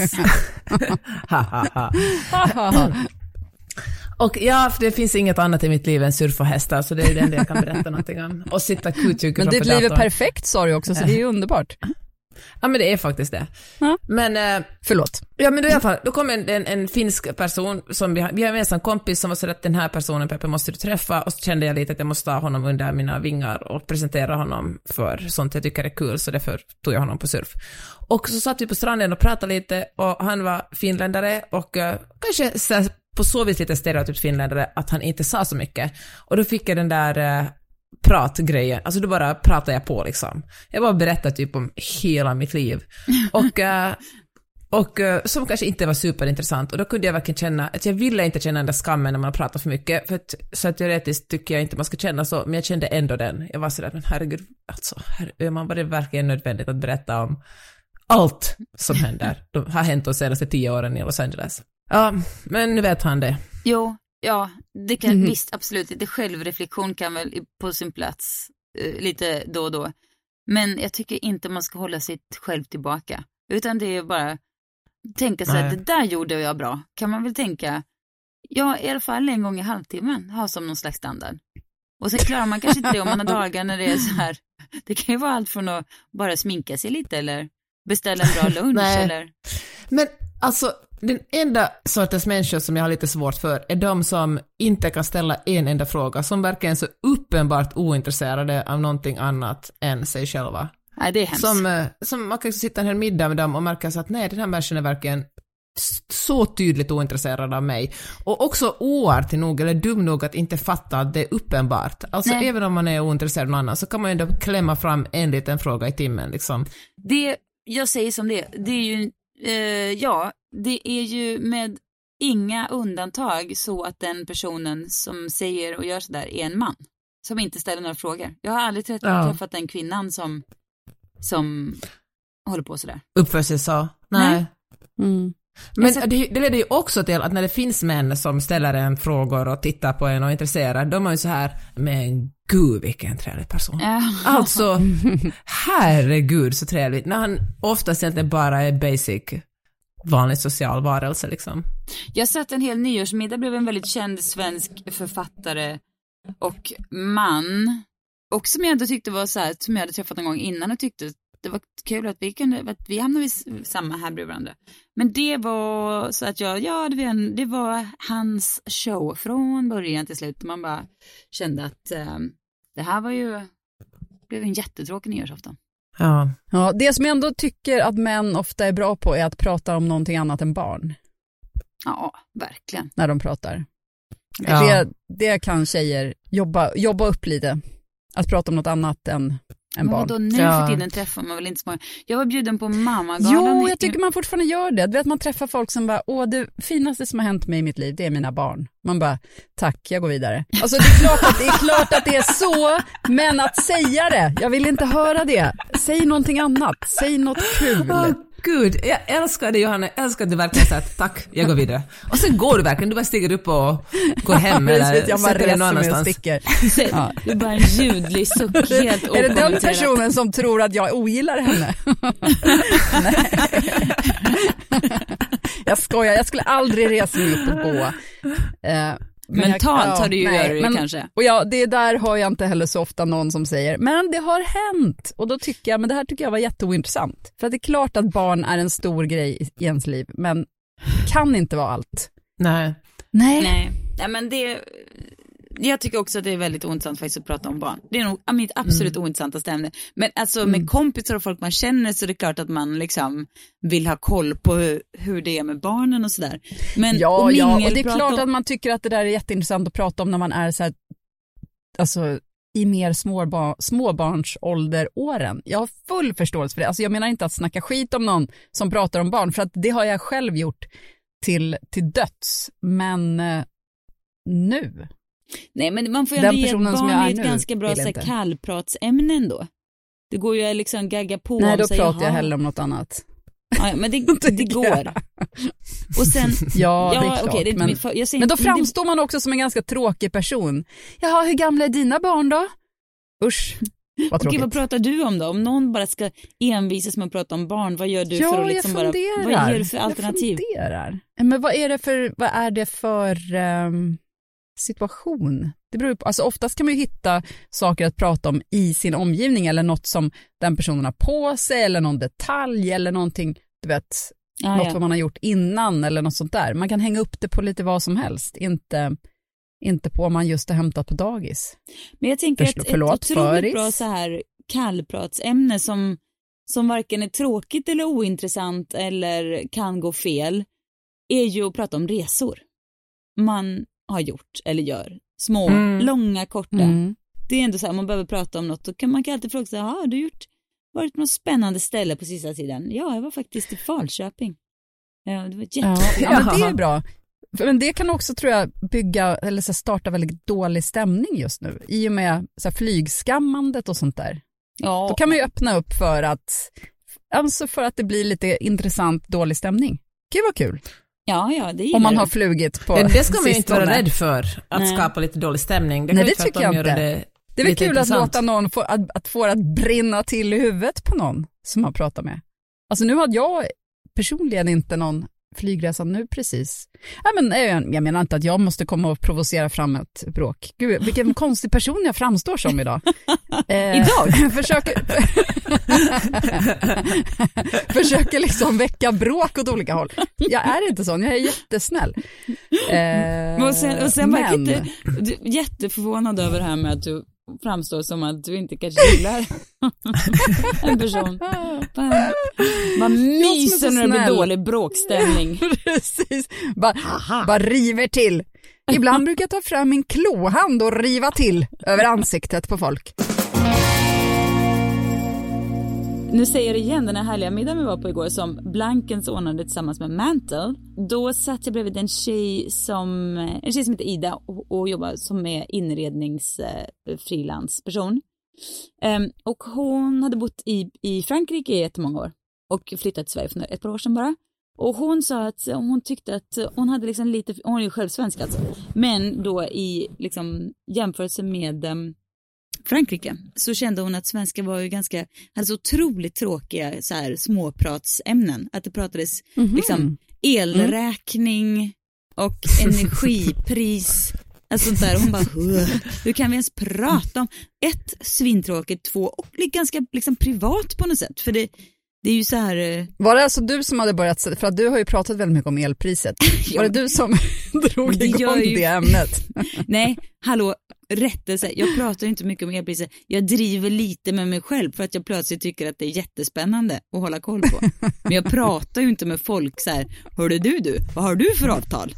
S3: Det och ja, för det finns inget annat i mitt liv än surf och hästar, så det är det enda jag kan berätta någonting om. Och sitta kutjuka.
S2: Men ditt liv är perfekt, sa du också, så det är ju underbart.
S3: Ja, men det är faktiskt det.
S2: Ja.
S3: Men, eh,
S2: Förlåt.
S3: Ja, men då i alla fall, då kom en, en, en finsk person som vi har, vi har en kompis som var så att den här personen, Peppe, måste du träffa, och så kände jag lite att jag måste ha honom under mina vingar och presentera honom för sånt jag tycker är kul, så därför tog jag honom på surf. Och så satt vi på stranden och pratade lite, och han var finländare och uh, kanske så, på så vis lite stereotyp finländare att han inte sa så mycket. Och då fick jag den där uh, pratgrejen, alltså då bara pratade jag på liksom. Jag bara berättade typ om hela mitt liv. Och uh, Och uh, som kanske inte var superintressant, och då kunde jag verkligen känna att jag ville inte känna den där skammen när man pratar för mycket, för att, så att teoretiskt tycker jag inte man ska känna så, men jag kände ändå den. Jag var sådär, men herregud, alltså, herregud, man var det verkligen nödvändigt att berätta om allt som händer. Det har hänt de senaste tio åren i Los Angeles. Ja, men nu vet han det.
S1: Jo, ja, det kan mm. visst, absolut. Lite självreflektion kan väl på sin plats uh, lite då och då. Men jag tycker inte man ska hålla sig själv tillbaka, utan det är bara tänka sig att det där gjorde jag bra. Kan man väl tänka, ja, i alla fall en gång i halvtimmen ha som någon slags standard. Och sen klarar man kanske inte det om man har dagar när det är så här. Det kan ju vara allt från att bara sminka sig lite eller beställa en bra lunch. eller.
S3: Men alltså, den enda sortens människor som jag har lite svårt för är de som inte kan ställa en enda fråga, som verkar är så uppenbart ointresserade av någonting annat än sig själva.
S1: Nej, det är hemskt.
S3: Som, som man kan sitta en hel middag med dem och märka så att nej, den här människan är verkligen så tydligt ointresserad av mig. Och också oartig nog eller dum nog att inte fatta att det är uppenbart. Alltså nej. Även om man är ointresserad av någon annan så kan man ju ändå klämma fram en liten fråga i timmen liksom.
S1: Det, jag säger som det, det är ju, eh, ja, det är ju med inga undantag så att den personen som säger och gör sådär är en man. Som inte ställer några frågor. Jag har aldrig träffat, ja. träffat den kvinnan som som håller på sådär.
S3: Uppför sig så. Nej.
S2: Mm.
S3: Men det, det leder ju också till att när det finns män som ställer en frågor och tittar på en och är intresserad, då är man ju så här, men gud vilken trevlig person.
S1: Ja.
S3: Alltså, herregud så trevligt. När han oftast egentligen bara är basic, vanlig social varelse liksom.
S1: Jag satt en hel nyårsmiddag, blev en väldigt känd svensk författare och man. Och som jag ändå tyckte var så här, som jag hade träffat en gång innan och tyckte det var kul att vi kunde, att vi hamnade vid samma här bredvid varandra. Men det var så att jag, ja det var, en, det var hans show från början till slut. Man bara kände att eh, det här var ju, det blev en jättetråkig nyårsafton.
S2: Ja. Ja, det som jag ändå tycker att män ofta är bra på är att prata om någonting annat än barn.
S1: Ja, verkligen.
S2: När de pratar.
S3: Ja.
S2: Det, det kan tjejer jobba, jobba upp lite. Att prata om något annat än, än barn.
S1: Då, nu
S2: ja.
S1: för tiden träffar man väl inte så många. Jag var bjuden på mammagalan.
S2: Jo, jag tycker man fortfarande gör det. Du vet, man träffar folk som bara, åh, det finaste som har hänt mig i mitt liv, det är mina barn. Man bara, tack, jag går vidare. Alltså det är klart att det är, klart att det är så, men att säga det, jag vill inte höra det. Säg någonting annat, säg något kul.
S3: Oh, gud, jag älskar det Johanna, jag älskar att du verkligen säger tack, jag går vidare. Och sen går du verkligen, du bara stiger upp och går hem
S2: ja,
S3: eller
S2: jag bara reser mig och sticker.
S1: Ja. Det är bara en ljudlig suck, helt
S2: är det den personen som tror att jag ogillar henne? Nej. Jag skojar, jag skulle aldrig resa mig upp och gå. Uh,
S1: Men mentalt jag, ja, har du ju nej, gör det men, kanske.
S2: Och ja, det där har jag inte heller så ofta någon som säger, men det har hänt. Och då tycker jag, men det här tycker jag var jätteointressant. För att det är klart att barn är en stor grej i ens liv, men kan inte vara allt.
S3: Nej.
S2: Nej.
S1: Nej, nej men det, jag tycker också att det är väldigt ointressant faktiskt att prata om barn. Det är nog mitt absolut mm. ointressantaste ämne. Men alltså mm. med kompisar och folk man känner så är det klart att man liksom vill ha koll på hur, hur det är med barnen och sådär. Men
S2: ja,
S1: och
S2: ja, och det är klart
S1: om...
S2: att man tycker att det där är jätteintressant att prata om när man är så här, alltså i mer småbarn, småbarnsålderåren. Jag har full förståelse för det. Alltså jag menar inte att snacka skit om någon som pratar om barn, för att det har jag själv gjort till, till döds. Men eh, nu...
S1: Nej, men man får ju ändå ge ett barn ett ganska bra så här, kallpratsämne ändå. Det går ju liksom gagga på.
S2: Nej, då
S1: sig,
S2: pratar
S1: jaha.
S2: jag hellre om något annat.
S1: Ja, men det, det går. Och sen,
S2: ja, det är klart.
S1: Okay, det är
S2: men,
S1: mitt, jag
S2: men då framstår man också som en ganska tråkig person. Jaha, hur gamla är dina barn då? Usch, vad tråkigt.
S1: Okej, vad pratar du om då? Om någon bara ska envisas med att prata om barn, vad gör du
S2: ja,
S1: för att liksom bara, vad ger du för alternativ?
S2: Jag funderar. Men vad är det för, vad är det för... Um... situation. Det beror på, alltså oftast kan man ju hitta saker att prata om i sin omgivning eller något som den personen har på sig eller någon detalj eller någonting, du vet,
S1: ah,
S2: något
S1: ja.
S2: vad man har gjort innan eller något sånt där. Man kan hänga upp det på lite vad som helst, inte, inte på om man just har hämtat på dagis.
S1: Men jag tänker
S2: Först,
S1: att
S2: förlåt,
S1: ett otroligt
S2: föris.
S1: bra så här kallpratsämne som, som varken är tråkigt eller ointressant eller kan gå fel är ju att prata om resor man har gjort eller gör. Små,
S3: Mm.
S1: långa, korta.
S2: Mm.
S1: Det är ändå så här, man behöver prata om något. Då kan man kan alltid fråga sig, har du gjort, varit på något spännande ställe på sista tiden? Ja, jag var faktiskt i Falköping. Ja, det var jätte...
S2: Ja, ja, men det är bra. Men det kan också, tror jag, bygga eller så starta väldigt dålig stämning just nu. I och med så här, flygskammandet och sånt där.
S1: Ja.
S2: Då kan man ju öppna upp för att, alltså för att det blir lite intressant dålig stämning. Gud vad kul.
S1: Ja, ja, det gillar
S2: Om man har
S1: jag.
S2: flugit på
S3: Ja, det ska man ju inte vara
S2: sistone.
S3: rädd för, att
S1: Nej.
S3: skapa lite dålig stämning. Det kan
S2: Nej,
S3: ju
S2: det
S3: tvärtom
S2: tycker jag
S3: göra
S2: inte.
S3: Det,
S2: Det är väl
S3: lite
S2: kul att
S3: intressant.
S2: låta någon få, att, att få det att brinna till i huvudet på någon som man pratar med. Alltså nu hade jag personligen inte någon flygresa nu precis. Nej, men jag, jag menar inte att jag måste komma och provocera fram ett bråk. Gud, vilken konstig person jag framstår som idag. Eh,
S1: Idag?
S2: försöker, försöker liksom väcka bråk åt olika håll. Jag är inte sån, jag är jättesnäll. Eh,
S1: Och sen, och sen var jag
S2: men-
S1: jätte, du- jätteförvånad över det här med att du framstår som att du inte kanske gillar en person. Bara, bara myser när det blir
S2: snäll.
S1: dålig bråkstämning.
S2: Precis, bara, bara river till. Ibland brukar jag ta fram min klohand och riva till över ansiktet på folk.
S1: Nu säger jag det igen, den här härliga middagen vi var på igår som Blankens ordnade tillsammans med Mantle. Då satt jag bredvid en tjej som, en tjej som heter Ida och, och jobbar som är inrednings eh, frilansperson. Um, och hon hade bott i, i Frankrike i jättemånga år och flyttat till Sverige för ett par år sedan bara. Och hon sa att hon tyckte att hon hade liksom lite, hon är ju själv svensk alltså, men då i liksom jämförelse med um, Frankrike så kände hon att svenska var ju ganska, hade så otroligt tråkiga så här småpratsämnen, att det pratades
S2: Mhm.
S1: liksom elräkning och energipris, alltså sånt där. Hon bara, "Ugh, hur kan vi ens prata om ett, svintråkigt, två och ganska liksom privat på något sätt, för det, det är ju så här eh,
S2: Var det alltså du som hade börjat, för att du har ju pratat väldigt mycket om elpriset. Var det du som drog
S1: Det gör
S2: igång
S1: ju-
S2: det ämnet?
S1: nej, hallå, rättelse, jag pratar inte mycket om elpriser, jag driver lite med mig själv för att jag plötsligt tycker att det är jättespännande att hålla koll på, men jag pratar ju inte med folk så här, hörde du du, vad har du för avtal?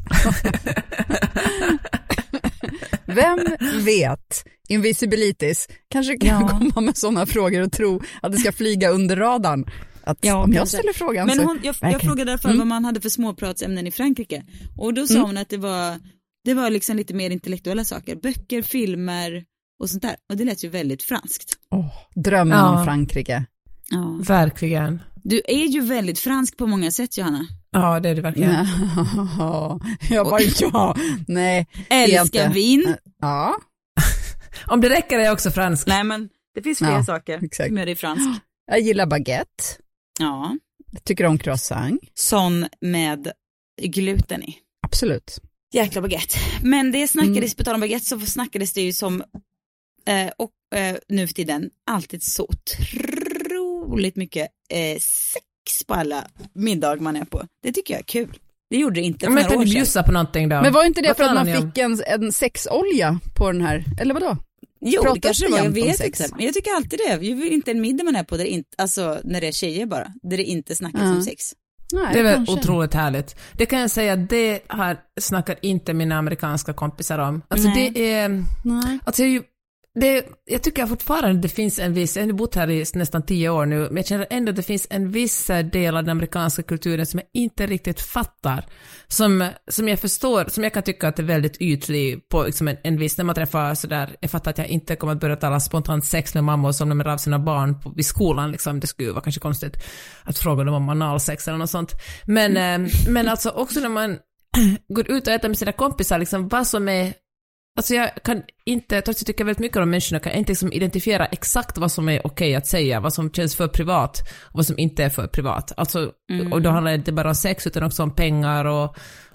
S2: Vem vet, Invisibilities kanske kan
S1: Ja.
S2: komma med sådana frågor och tro att det ska flyga under radarn. Att
S1: Ja,
S2: om jag
S1: kanske.
S2: ställer frågan
S1: Men
S2: så...
S1: hon, jag, jag
S2: verkligen.
S1: frågade därför
S2: Mm.
S1: vad man hade för småpratsämnen i Frankrike. Och då sa
S2: Mm.
S1: hon att det var, det var liksom lite mer intellektuella saker. Böcker, filmer och sånt där. Och det lät ju väldigt franskt.
S2: Åh, drömmen
S3: Ja.
S2: om Frankrike.
S1: Ja.
S3: Verkligen.
S1: Du är ju väldigt fransk på många sätt, Johanna.
S3: Ja, det är det verkligen.
S2: Ja, jag bara, ja, nej.
S1: Älskar
S2: inte.
S1: vin.
S2: Ja,
S3: Om det räcker är jag också fransk.
S1: Nej, men det finns fler
S2: Ja,
S1: saker
S2: exakt.
S1: som är det fransk.
S2: jag gillar baguette.
S1: Ja.
S2: Jag tycker om croissant.
S1: Sån med gluten i.
S2: Absolut.
S1: Jäkla baguette. Men det snackades,
S2: Mm.
S1: på tal om baguette så snackades det ju som, eh, och eh, nu för tiden, alltid så otroligt mycket eh, sex på alla middag man är på. Det tycker jag är kul. Det gjorde det inte för
S3: Men
S1: några
S3: kan
S1: år
S3: du
S1: sedan.
S3: bjussa på någonting då?
S2: Men var inte det
S3: Vad
S2: för att
S3: talar
S2: man
S3: ni om?
S2: fick en, en sexolja på den här, eller vadå?
S1: Jo,
S2: pratas
S1: det kanske
S2: det
S1: var, jag
S2: jämt om
S1: vet
S2: sex?
S1: inte. Men jag tycker alltid det. Jag vill inte en middag man är på där det inte, alltså när det är tjejer bara, där det inte snackas
S2: Ja.
S1: om sex.
S2: Nej,
S3: Det är väl
S2: kanske.
S3: otroligt härligt. Det kan jag säga, det här snackar inte mina amerikanska kompisar om. Alltså
S1: Nej.
S3: det är,
S2: Nej.
S3: alltså jag, det, jag tycker fortfarande det finns en viss, jag har bott här i nästan tio år nu, men jag känner ändå att det finns en viss del av den amerikanska kulturen som jag inte riktigt fattar. Som, som jag förstår, som jag kan tycka att det är väldigt ytlig på liksom en, en viss, när man träffar sådär, jag fattar att jag inte kommer att börja tala spontant sex med mammor som de är av sina barn på, vid skolan, liksom. Det skulle ju vara kanske konstigt att fråga dem om analsex eller något sånt. Men, mm. men alltså också när man går ut och äter med sina kompisar, liksom vad som är, alltså jag kan inte, trots att jag tycker väldigt mycket om människorna, kan jag inte liksom identifiera exakt vad som är okej att säga, vad som känns för privat och vad som inte är för privat. Alltså,
S1: Mm.
S3: och då handlar det inte bara om sex utan också om pengar och,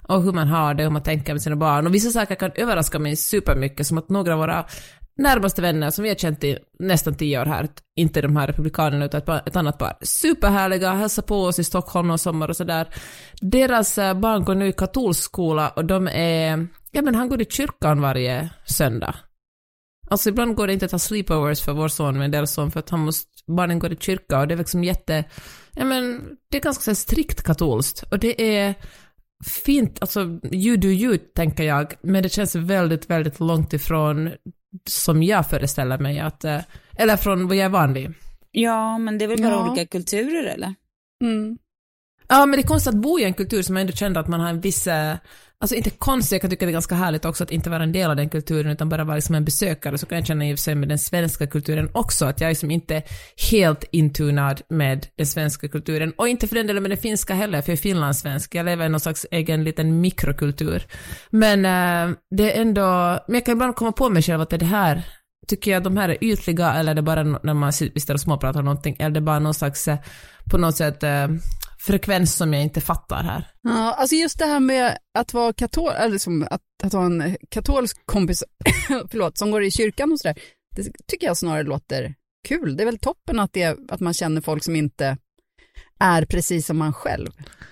S3: och hur man har det, hur man tänker med sina barn. Och vissa saker kan överraska mig supermycket, som att några av våra närmaste vänner som vi har känt i nästan tio år här, inte de här republikanerna utan ett, ett annat par, superhärliga, hälsar på oss i Stockholm och sommar och sådär. Deras barn går nu i katolsk skola och de är, ja men han går i kyrkan varje söndag. Alltså ibland går det inte att ha sleepovers för vår son med deras son för att han måste, barnen går i kyrka och det är liksom jätte, ja men det är ganska så strikt katolskt och det är fint, alltså you do you tänker jag, men det känns väldigt, väldigt långt ifrån som jag föreställer mig att, eller från vad jag är van vid.
S1: Ja, men det är väl bara
S2: ja.
S1: olika kulturer eller?
S2: Mm.
S3: Ja, men det är konstigt att bo i en kultur som man ändå känner att man har en viss, alltså inte konstigt, jag kan tycka det är ganska härligt också att inte vara en del av den kulturen utan bara vara liksom en besökare, så kan jag känna i sig med den svenska kulturen också, att jag är som inte helt intunad med den svenska kulturen och inte för den delen med den finska heller, för jag är finlandssvensk, jag lever i någon slags egen liten mikrokultur, men äh, det är ändå, men jag kan ibland komma på mig själv att det här, tycker jag de här är ytliga eller är det bara när man sitter och småpratar någonting, eller är det bara någon slags på något sätt äh, frekvens som jag inte fattar här.
S2: Ja, alltså just det här med att vara katol, eller som att, att ha en katolsk kompis förlåt, som går i kyrkan och sådär, det tycker jag snarare låter kul. Det är väl toppen att, det, att man känner folk som inte är precis som man själv.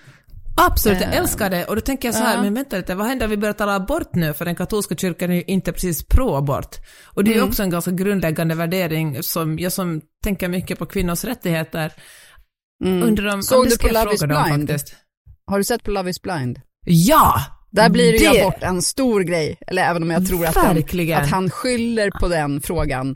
S3: Absolut, jag älskar det. Och då tänker jag så här,
S2: ja.
S3: men vänta lite, vad händer om vi börjar tala abort nu? För den katolska kyrkan är ju inte precis pro-abort. Och det är mm. också en ganska grundläggande värdering som jag som tänker mycket på kvinnors rättigheter.
S2: Mm.
S3: Under de,
S2: Såg du på
S3: jag
S2: Love is
S3: dem,
S2: Blind?
S3: faktiskt.
S2: Har du sett på Love is Blind?
S3: Ja!
S2: Där blir det ju
S3: det...
S2: abort en stor grej. Eller även om jag tror att han, att han skyller på den frågan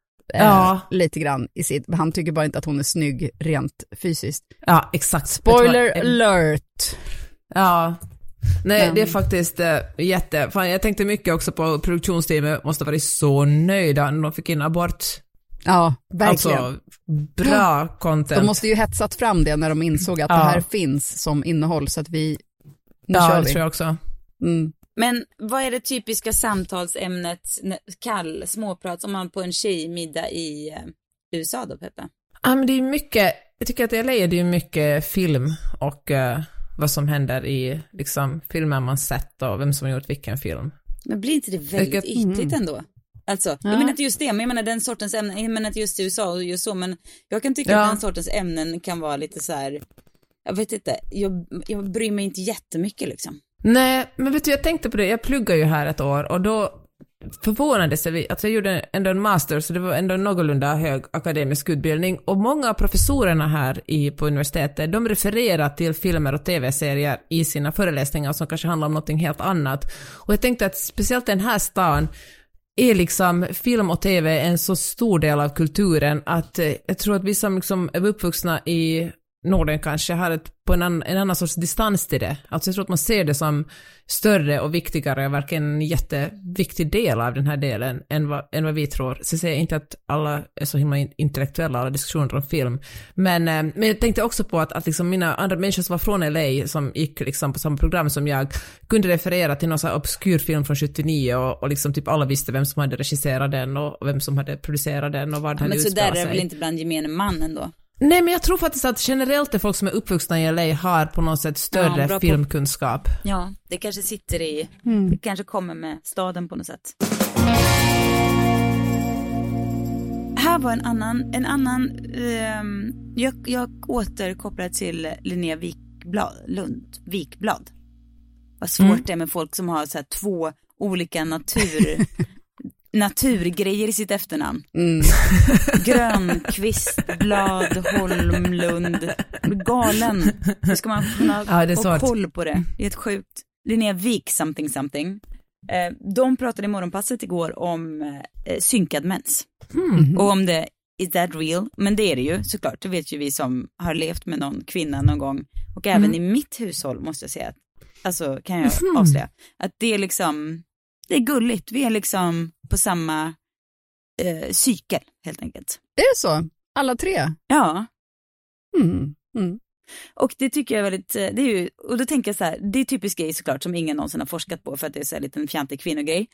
S3: ja.
S2: eh, lite grann i sitt. Han tycker bara inte att hon är snygg rent fysiskt.
S3: Ja, exakt.
S2: Spoiler alert!
S3: Ja, nej
S2: Men.
S3: det är faktiskt äh, jätte, fan, jag tänkte mycket också på produktionsteamet, måste vara så nöjda när de fick in abort.
S2: Ja, verkligen.
S3: Alltså, bra content.
S2: De måste ju hetsat fram det när de insåg att ja. det här finns som innehåll, så att vi, nu
S3: ja,
S2: kör
S3: det
S2: vi.
S3: tror jag också.
S2: Mm.
S1: Men vad är det typiska samtalsämnet, kall, småprat, som man på en tjejmiddag i eh, U S A då, Peppe?
S3: Ja, men det är mycket, jag tycker att i L A är det ju mycket film och uh, vad som händer i liksom filmer man sett och vem som har gjort vilken film.
S1: Men blir inte det väldigt
S3: Vilket,
S1: ytligt
S2: mm.
S1: ändå? Alltså,
S2: ja.
S1: jag menar inte just det, men jag menar den sortens ämnen, jag menar inte just i U S A och just så, men jag kan tycka
S3: ja.
S1: att den sortens ämnen kan vara lite så här, jag vet inte, jag, jag bryr mig inte jättemycket liksom.
S3: Nej, men vet du, jag tänkte på det, jag pluggar ju här ett år och då förvånades jag, att jag gjorde ändå en master, så det var ändå en någorlunda hög akademisk utbildning, och många av professorerna här i, på universitetet, de refererar till filmer och tv-serier i sina föreläsningar som kanske handlar om något helt annat. Och jag tänkte att speciellt den här stan är liksom film och tv en så stor del av kulturen att eh, jag tror att vi som liksom är uppvuxna i Norden kanske har ett, på en, annan, en annan sorts distans till det. Alltså jag tror att man ser det som större och viktigare, verkligen en jätteviktig del av den här delen än vad, än vad vi tror. Så jag säger inte att alla är så himla intellektuella, alla diskussioner om film. Men, eh, men jag tänkte också på att, att liksom mina andra människor som var från L A som gick liksom på samma program som jag kunde referera till någon så här obskyr film från sjuttionio och, och liksom typ alla visste vem som hade regisserat den och vem som hade producerat den och vad den
S1: ja,
S3: hade
S1: utspelat sig. Men så där är
S3: sig.
S1: väl inte bland gemene man ändå?
S3: Nej, men jag tror faktiskt att generellt är folk som är uppvuxna i L A har på något sätt större ja, filmkunskap.
S1: På... Ja, det kanske sitter i, mm. det kanske kommer med staden på något sätt. Här var en annan, en annan, um, jag, jag återkopplar till Linnea Wikblad, Lund, Wikblad. Vad svårt mm. det är med folk som har så här två olika natur... naturgrejer i sitt efternamn. Mm. Grönqvist, Blad, Holmlund. Galen. Hur ska man kunna
S3: ja,
S1: få koll på det? Det är ett sjukt. Linnea Wik something something. Eh, de pratade i morgonpasset igår om eh, synkad mens. Mm. Och om det, is that real? Men det är det ju såklart. Det vet ju vi som har levt med någon kvinna någon gång. Och även mm. i mitt hushåll måste jag säga. Att, alltså kan jag mm. avslöja. Att det är liksom... Det är gulligt. Vi är liksom på samma eh, cykel, helt enkelt.
S2: Det är så? Alla tre?
S1: Ja.
S2: Mm. Mm.
S1: Och det tycker jag är väldigt... Det är ju, och då tänker jag så här, det är typiskt grej såklart som ingen någonsin har forskat på för att det är så här lite en fjantig kvinnogrej.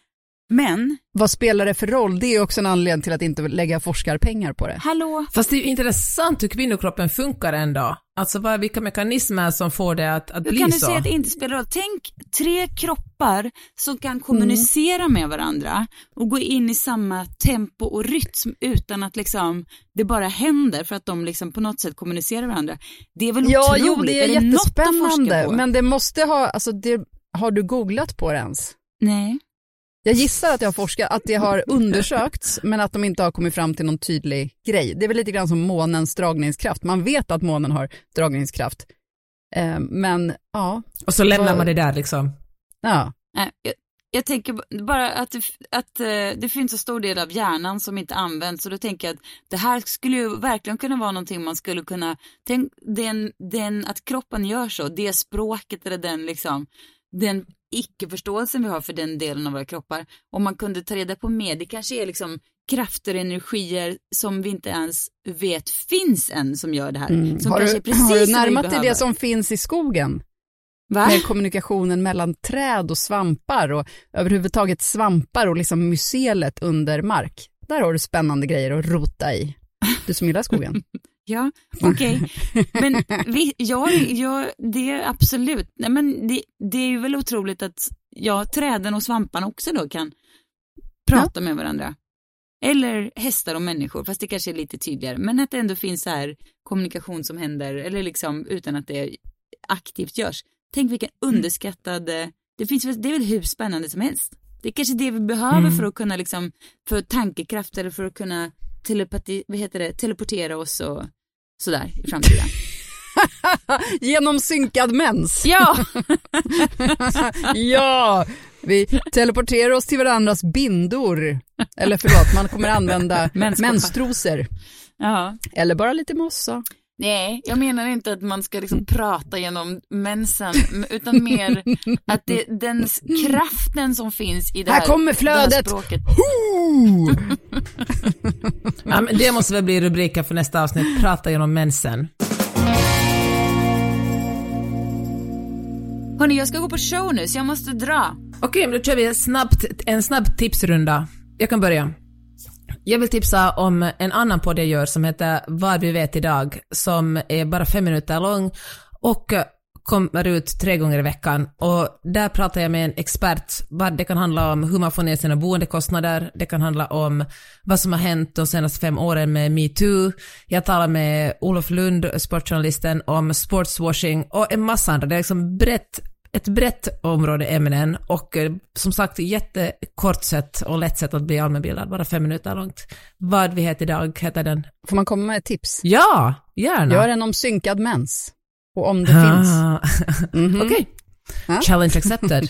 S1: Men
S2: vad spelar det för roll? Det är också en anledning till att inte lägga forskarpengar på det.
S1: Hallå?
S3: Fast det är ju intressant hur kvinnokroppen funkar ändå. Alltså vad, vilka mekanismer som får det att, att
S1: Hur
S3: bli så.
S1: kan du säga att det inte spelar roll? Tänk tre kroppar som kan kommunicera mm. med varandra och gå in i samma tempo och rytm utan att liksom det bara händer för att de liksom på något sätt kommunicerar med varandra. Det är väl
S2: ja,
S1: otroligt?
S2: Jo, det är,
S1: är det
S2: jättespännande. Men det måste ha, alltså det, har du googlat på det ens?
S1: Nej.
S2: Jag gissar att jag har forskat, att det har undersökts men att de inte har kommit fram till någon tydlig grej. Det är väl lite grann som månens dragningskraft. Man vet att månen har dragningskraft. Eh, men ja.
S3: Och så lämnar man det där liksom.
S2: Ja.
S1: Jag, jag tänker bara att, det, att det finns en stor del av hjärnan som inte används. Och då tänker jag att det här skulle ju verkligen kunna vara någonting man skulle kunna... Tänk, den, den, att kroppen gör så, det språket eller den liksom... Den icke-förståelsen vi har för den delen av våra kroppar. Om man kunde ta reda på mer, det kanske är liksom krafter, energier som vi inte ens vet finns än som gör det här.
S2: Mm.
S1: Som
S2: har,
S1: kanske
S2: du,
S1: är precis
S2: har du
S1: som
S2: närmat
S1: vi
S2: dig
S1: behöver.
S2: det som finns i skogen?
S1: Va?
S2: Med kommunikationen mellan träd och svampar och överhuvudtaget svampar och liksom mycelet under mark. Där har du spännande grejer att rota i. Du som gillar skogen.
S1: Ja, okej. Okay. Men vi, ja, ja, det är absolut. Nej, men det, det är ju väl otroligt att ja, träden och svamparna också då kan prata ja. med varandra. Eller hästar och människor, fast det kanske är lite tydligare. Men att det ändå finns så här kommunikation som händer, eller liksom utan att det aktivt görs. Tänk vilken underskattad... Det, finns, det är väl hur spännande som helst. Det är kanske det vi behöver mm. för att kunna liksom, för tankekraft eller för att kunna telepati, vad heter det, teleportera oss och sådär i framtiden.
S2: Genom synkad mens.
S1: Ja.
S2: Ja, vi teleporterar oss till varandras bindor. Eller förlåt, man kommer använda menstrosor. Ja. Eller bara lite mossa.
S1: Nej, jag menar inte att man ska liksom prata genom mensen, utan mer att det den kraften som finns i det här,
S2: här kommer flödet.
S1: Det här språket.
S3: Ja, men det måste väl bli rubriken för nästa avsnitt, prata genom mensen.
S1: Hörrni, jag ska gå på show nu så jag måste dra.
S3: Okej, men då kör vi snabbt, en snabb tipsrunda. Jag kan börja. Jag vill tipsa om en annan podd jag gör som heter Vad vi vet idag, som är bara fem minuter lång och kommer ut tre gånger i veckan. Och där pratar jag med en expert. Det kan handla om hur man får ner sina boendekostnader. Det kan handla om vad som har hänt de senaste fem åren med MeToo. Jag talar med Olof Lund, sportjournalisten, om sportswashing och en massa andra. Det är liksom brett ett brett område ämnen och som sagt jättekort sätt och lätt sätt att bli allmänbildad, bara fem minuter långt. Vad vi heter idag heter den.
S2: Får man komma med ett tips?
S3: Ja, gärna.
S2: Gör den om synkad mens och om det
S3: ah.
S2: finns. Mm-hmm.
S3: Okej, okay. ah? Challenge accepted.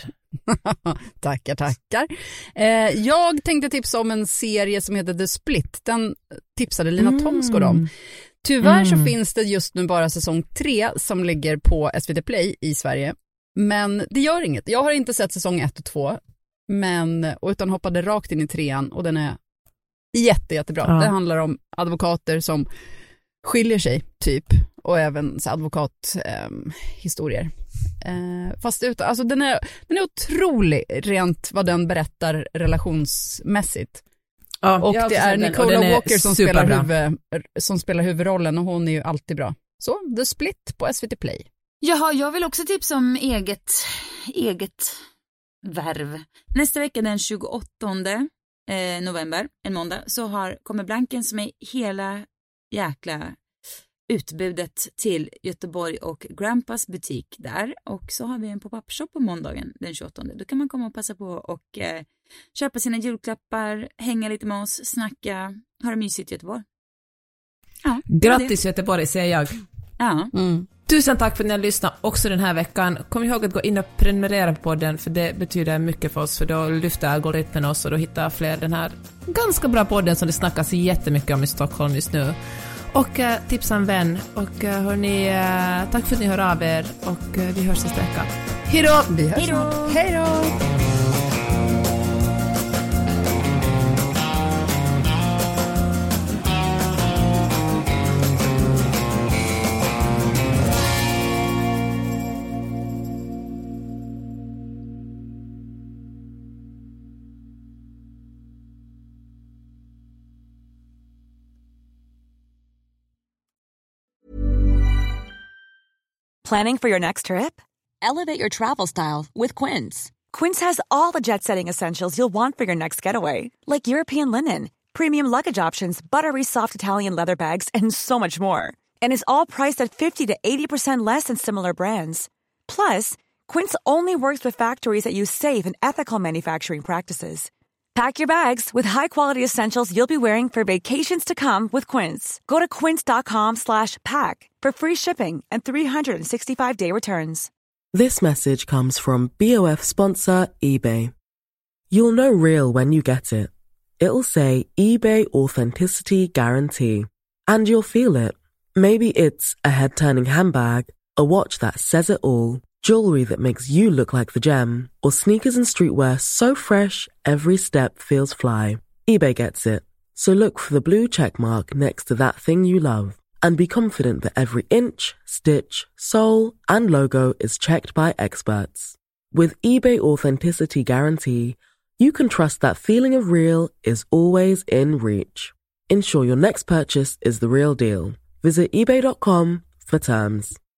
S2: Tackar, tackar. Eh, jag tänkte tipsa om en serie som heter The Split. Den tipsade Lina mm. Thomsgård om. Tyvärr mm. så finns det just nu bara säsong tre som ligger på S V T Play i Sverige. Men det gör inget. Jag har inte sett säsong ett och två, men, utan hoppade rakt in i trean och den är jätte, jättebra. Ja. Det handlar om advokater som skiljer sig typ och även så advokathistorier. Eh, eh, fast utan, alltså den är, den är otrolig rent vad den berättar relationsmässigt. Ja, och det är Nicola Walker som spelar, huvud, som spelar huvudrollen och hon är ju alltid bra. Så, The Split på S V T Play.
S1: Jaha, jag vill också tipsa om eget, eget värv. Nästa vecka den tjugoåttonde november, en måndag, så har, kommer Blanken som är hela jäkla utbudet till Göteborg och Grandpas butik där. Och så har vi en pop-up shop på måndagen den tjugoåttonde. Då kan man komma och passa på och eh, köpa sina julklappar, hänga lite med oss, snacka, ha det mysigt i Göteborg. Ja,
S3: grattis Göteborg, säger jag.
S1: Ja.
S3: Mm. Tusen tack för att ni har lyssnat också den här veckan. Kom ihåg att gå in och prenumerera på den, för det betyder mycket för oss, för då lyfter algoritmen oss och då hittar fler den här ganska bra podden som det snackas jättemycket om i Stockholm just nu. Och eh, tipsa en vän. Och eh, hörni, eh, tack för att ni hör av er och eh, vi hörs nästa vecka. Hej då!
S2: Vi hörs snart. Hej då!
S6: Planning for your next trip?
S7: Elevate your travel style with Quince.
S6: Quince has all the jet-setting essentials you'll want for your next getaway, like European linen, premium luggage options, buttery soft Italian leather bags, and so much more. And is all priced at fifty to eighty percent less than similar brands. Plus, Quince only works with factories that use safe and ethical manufacturing practices. Pack your bags with high-quality essentials you'll be wearing for vacations to come with Quince. Go to quince.com slash pack for free shipping and three sixty-five day returns.
S8: This message comes from B O F sponsor eBay. You'll know real when you get it. It'll say eBay Authenticity Guarantee. And you'll feel it. Maybe it's a head-turning handbag, a watch that says it all, jewelry that makes you look like the gem, or sneakers and streetwear so fresh every step feels fly. eBay gets it. So look for the blue check mark next to that thing you love. And be confident that every inch, stitch, sole, and logo is checked by experts. With eBay Authenticity Guarantee, you can trust that feeling of real is always in reach. Ensure your next purchase is the real deal. Visit ebay dot com for terms.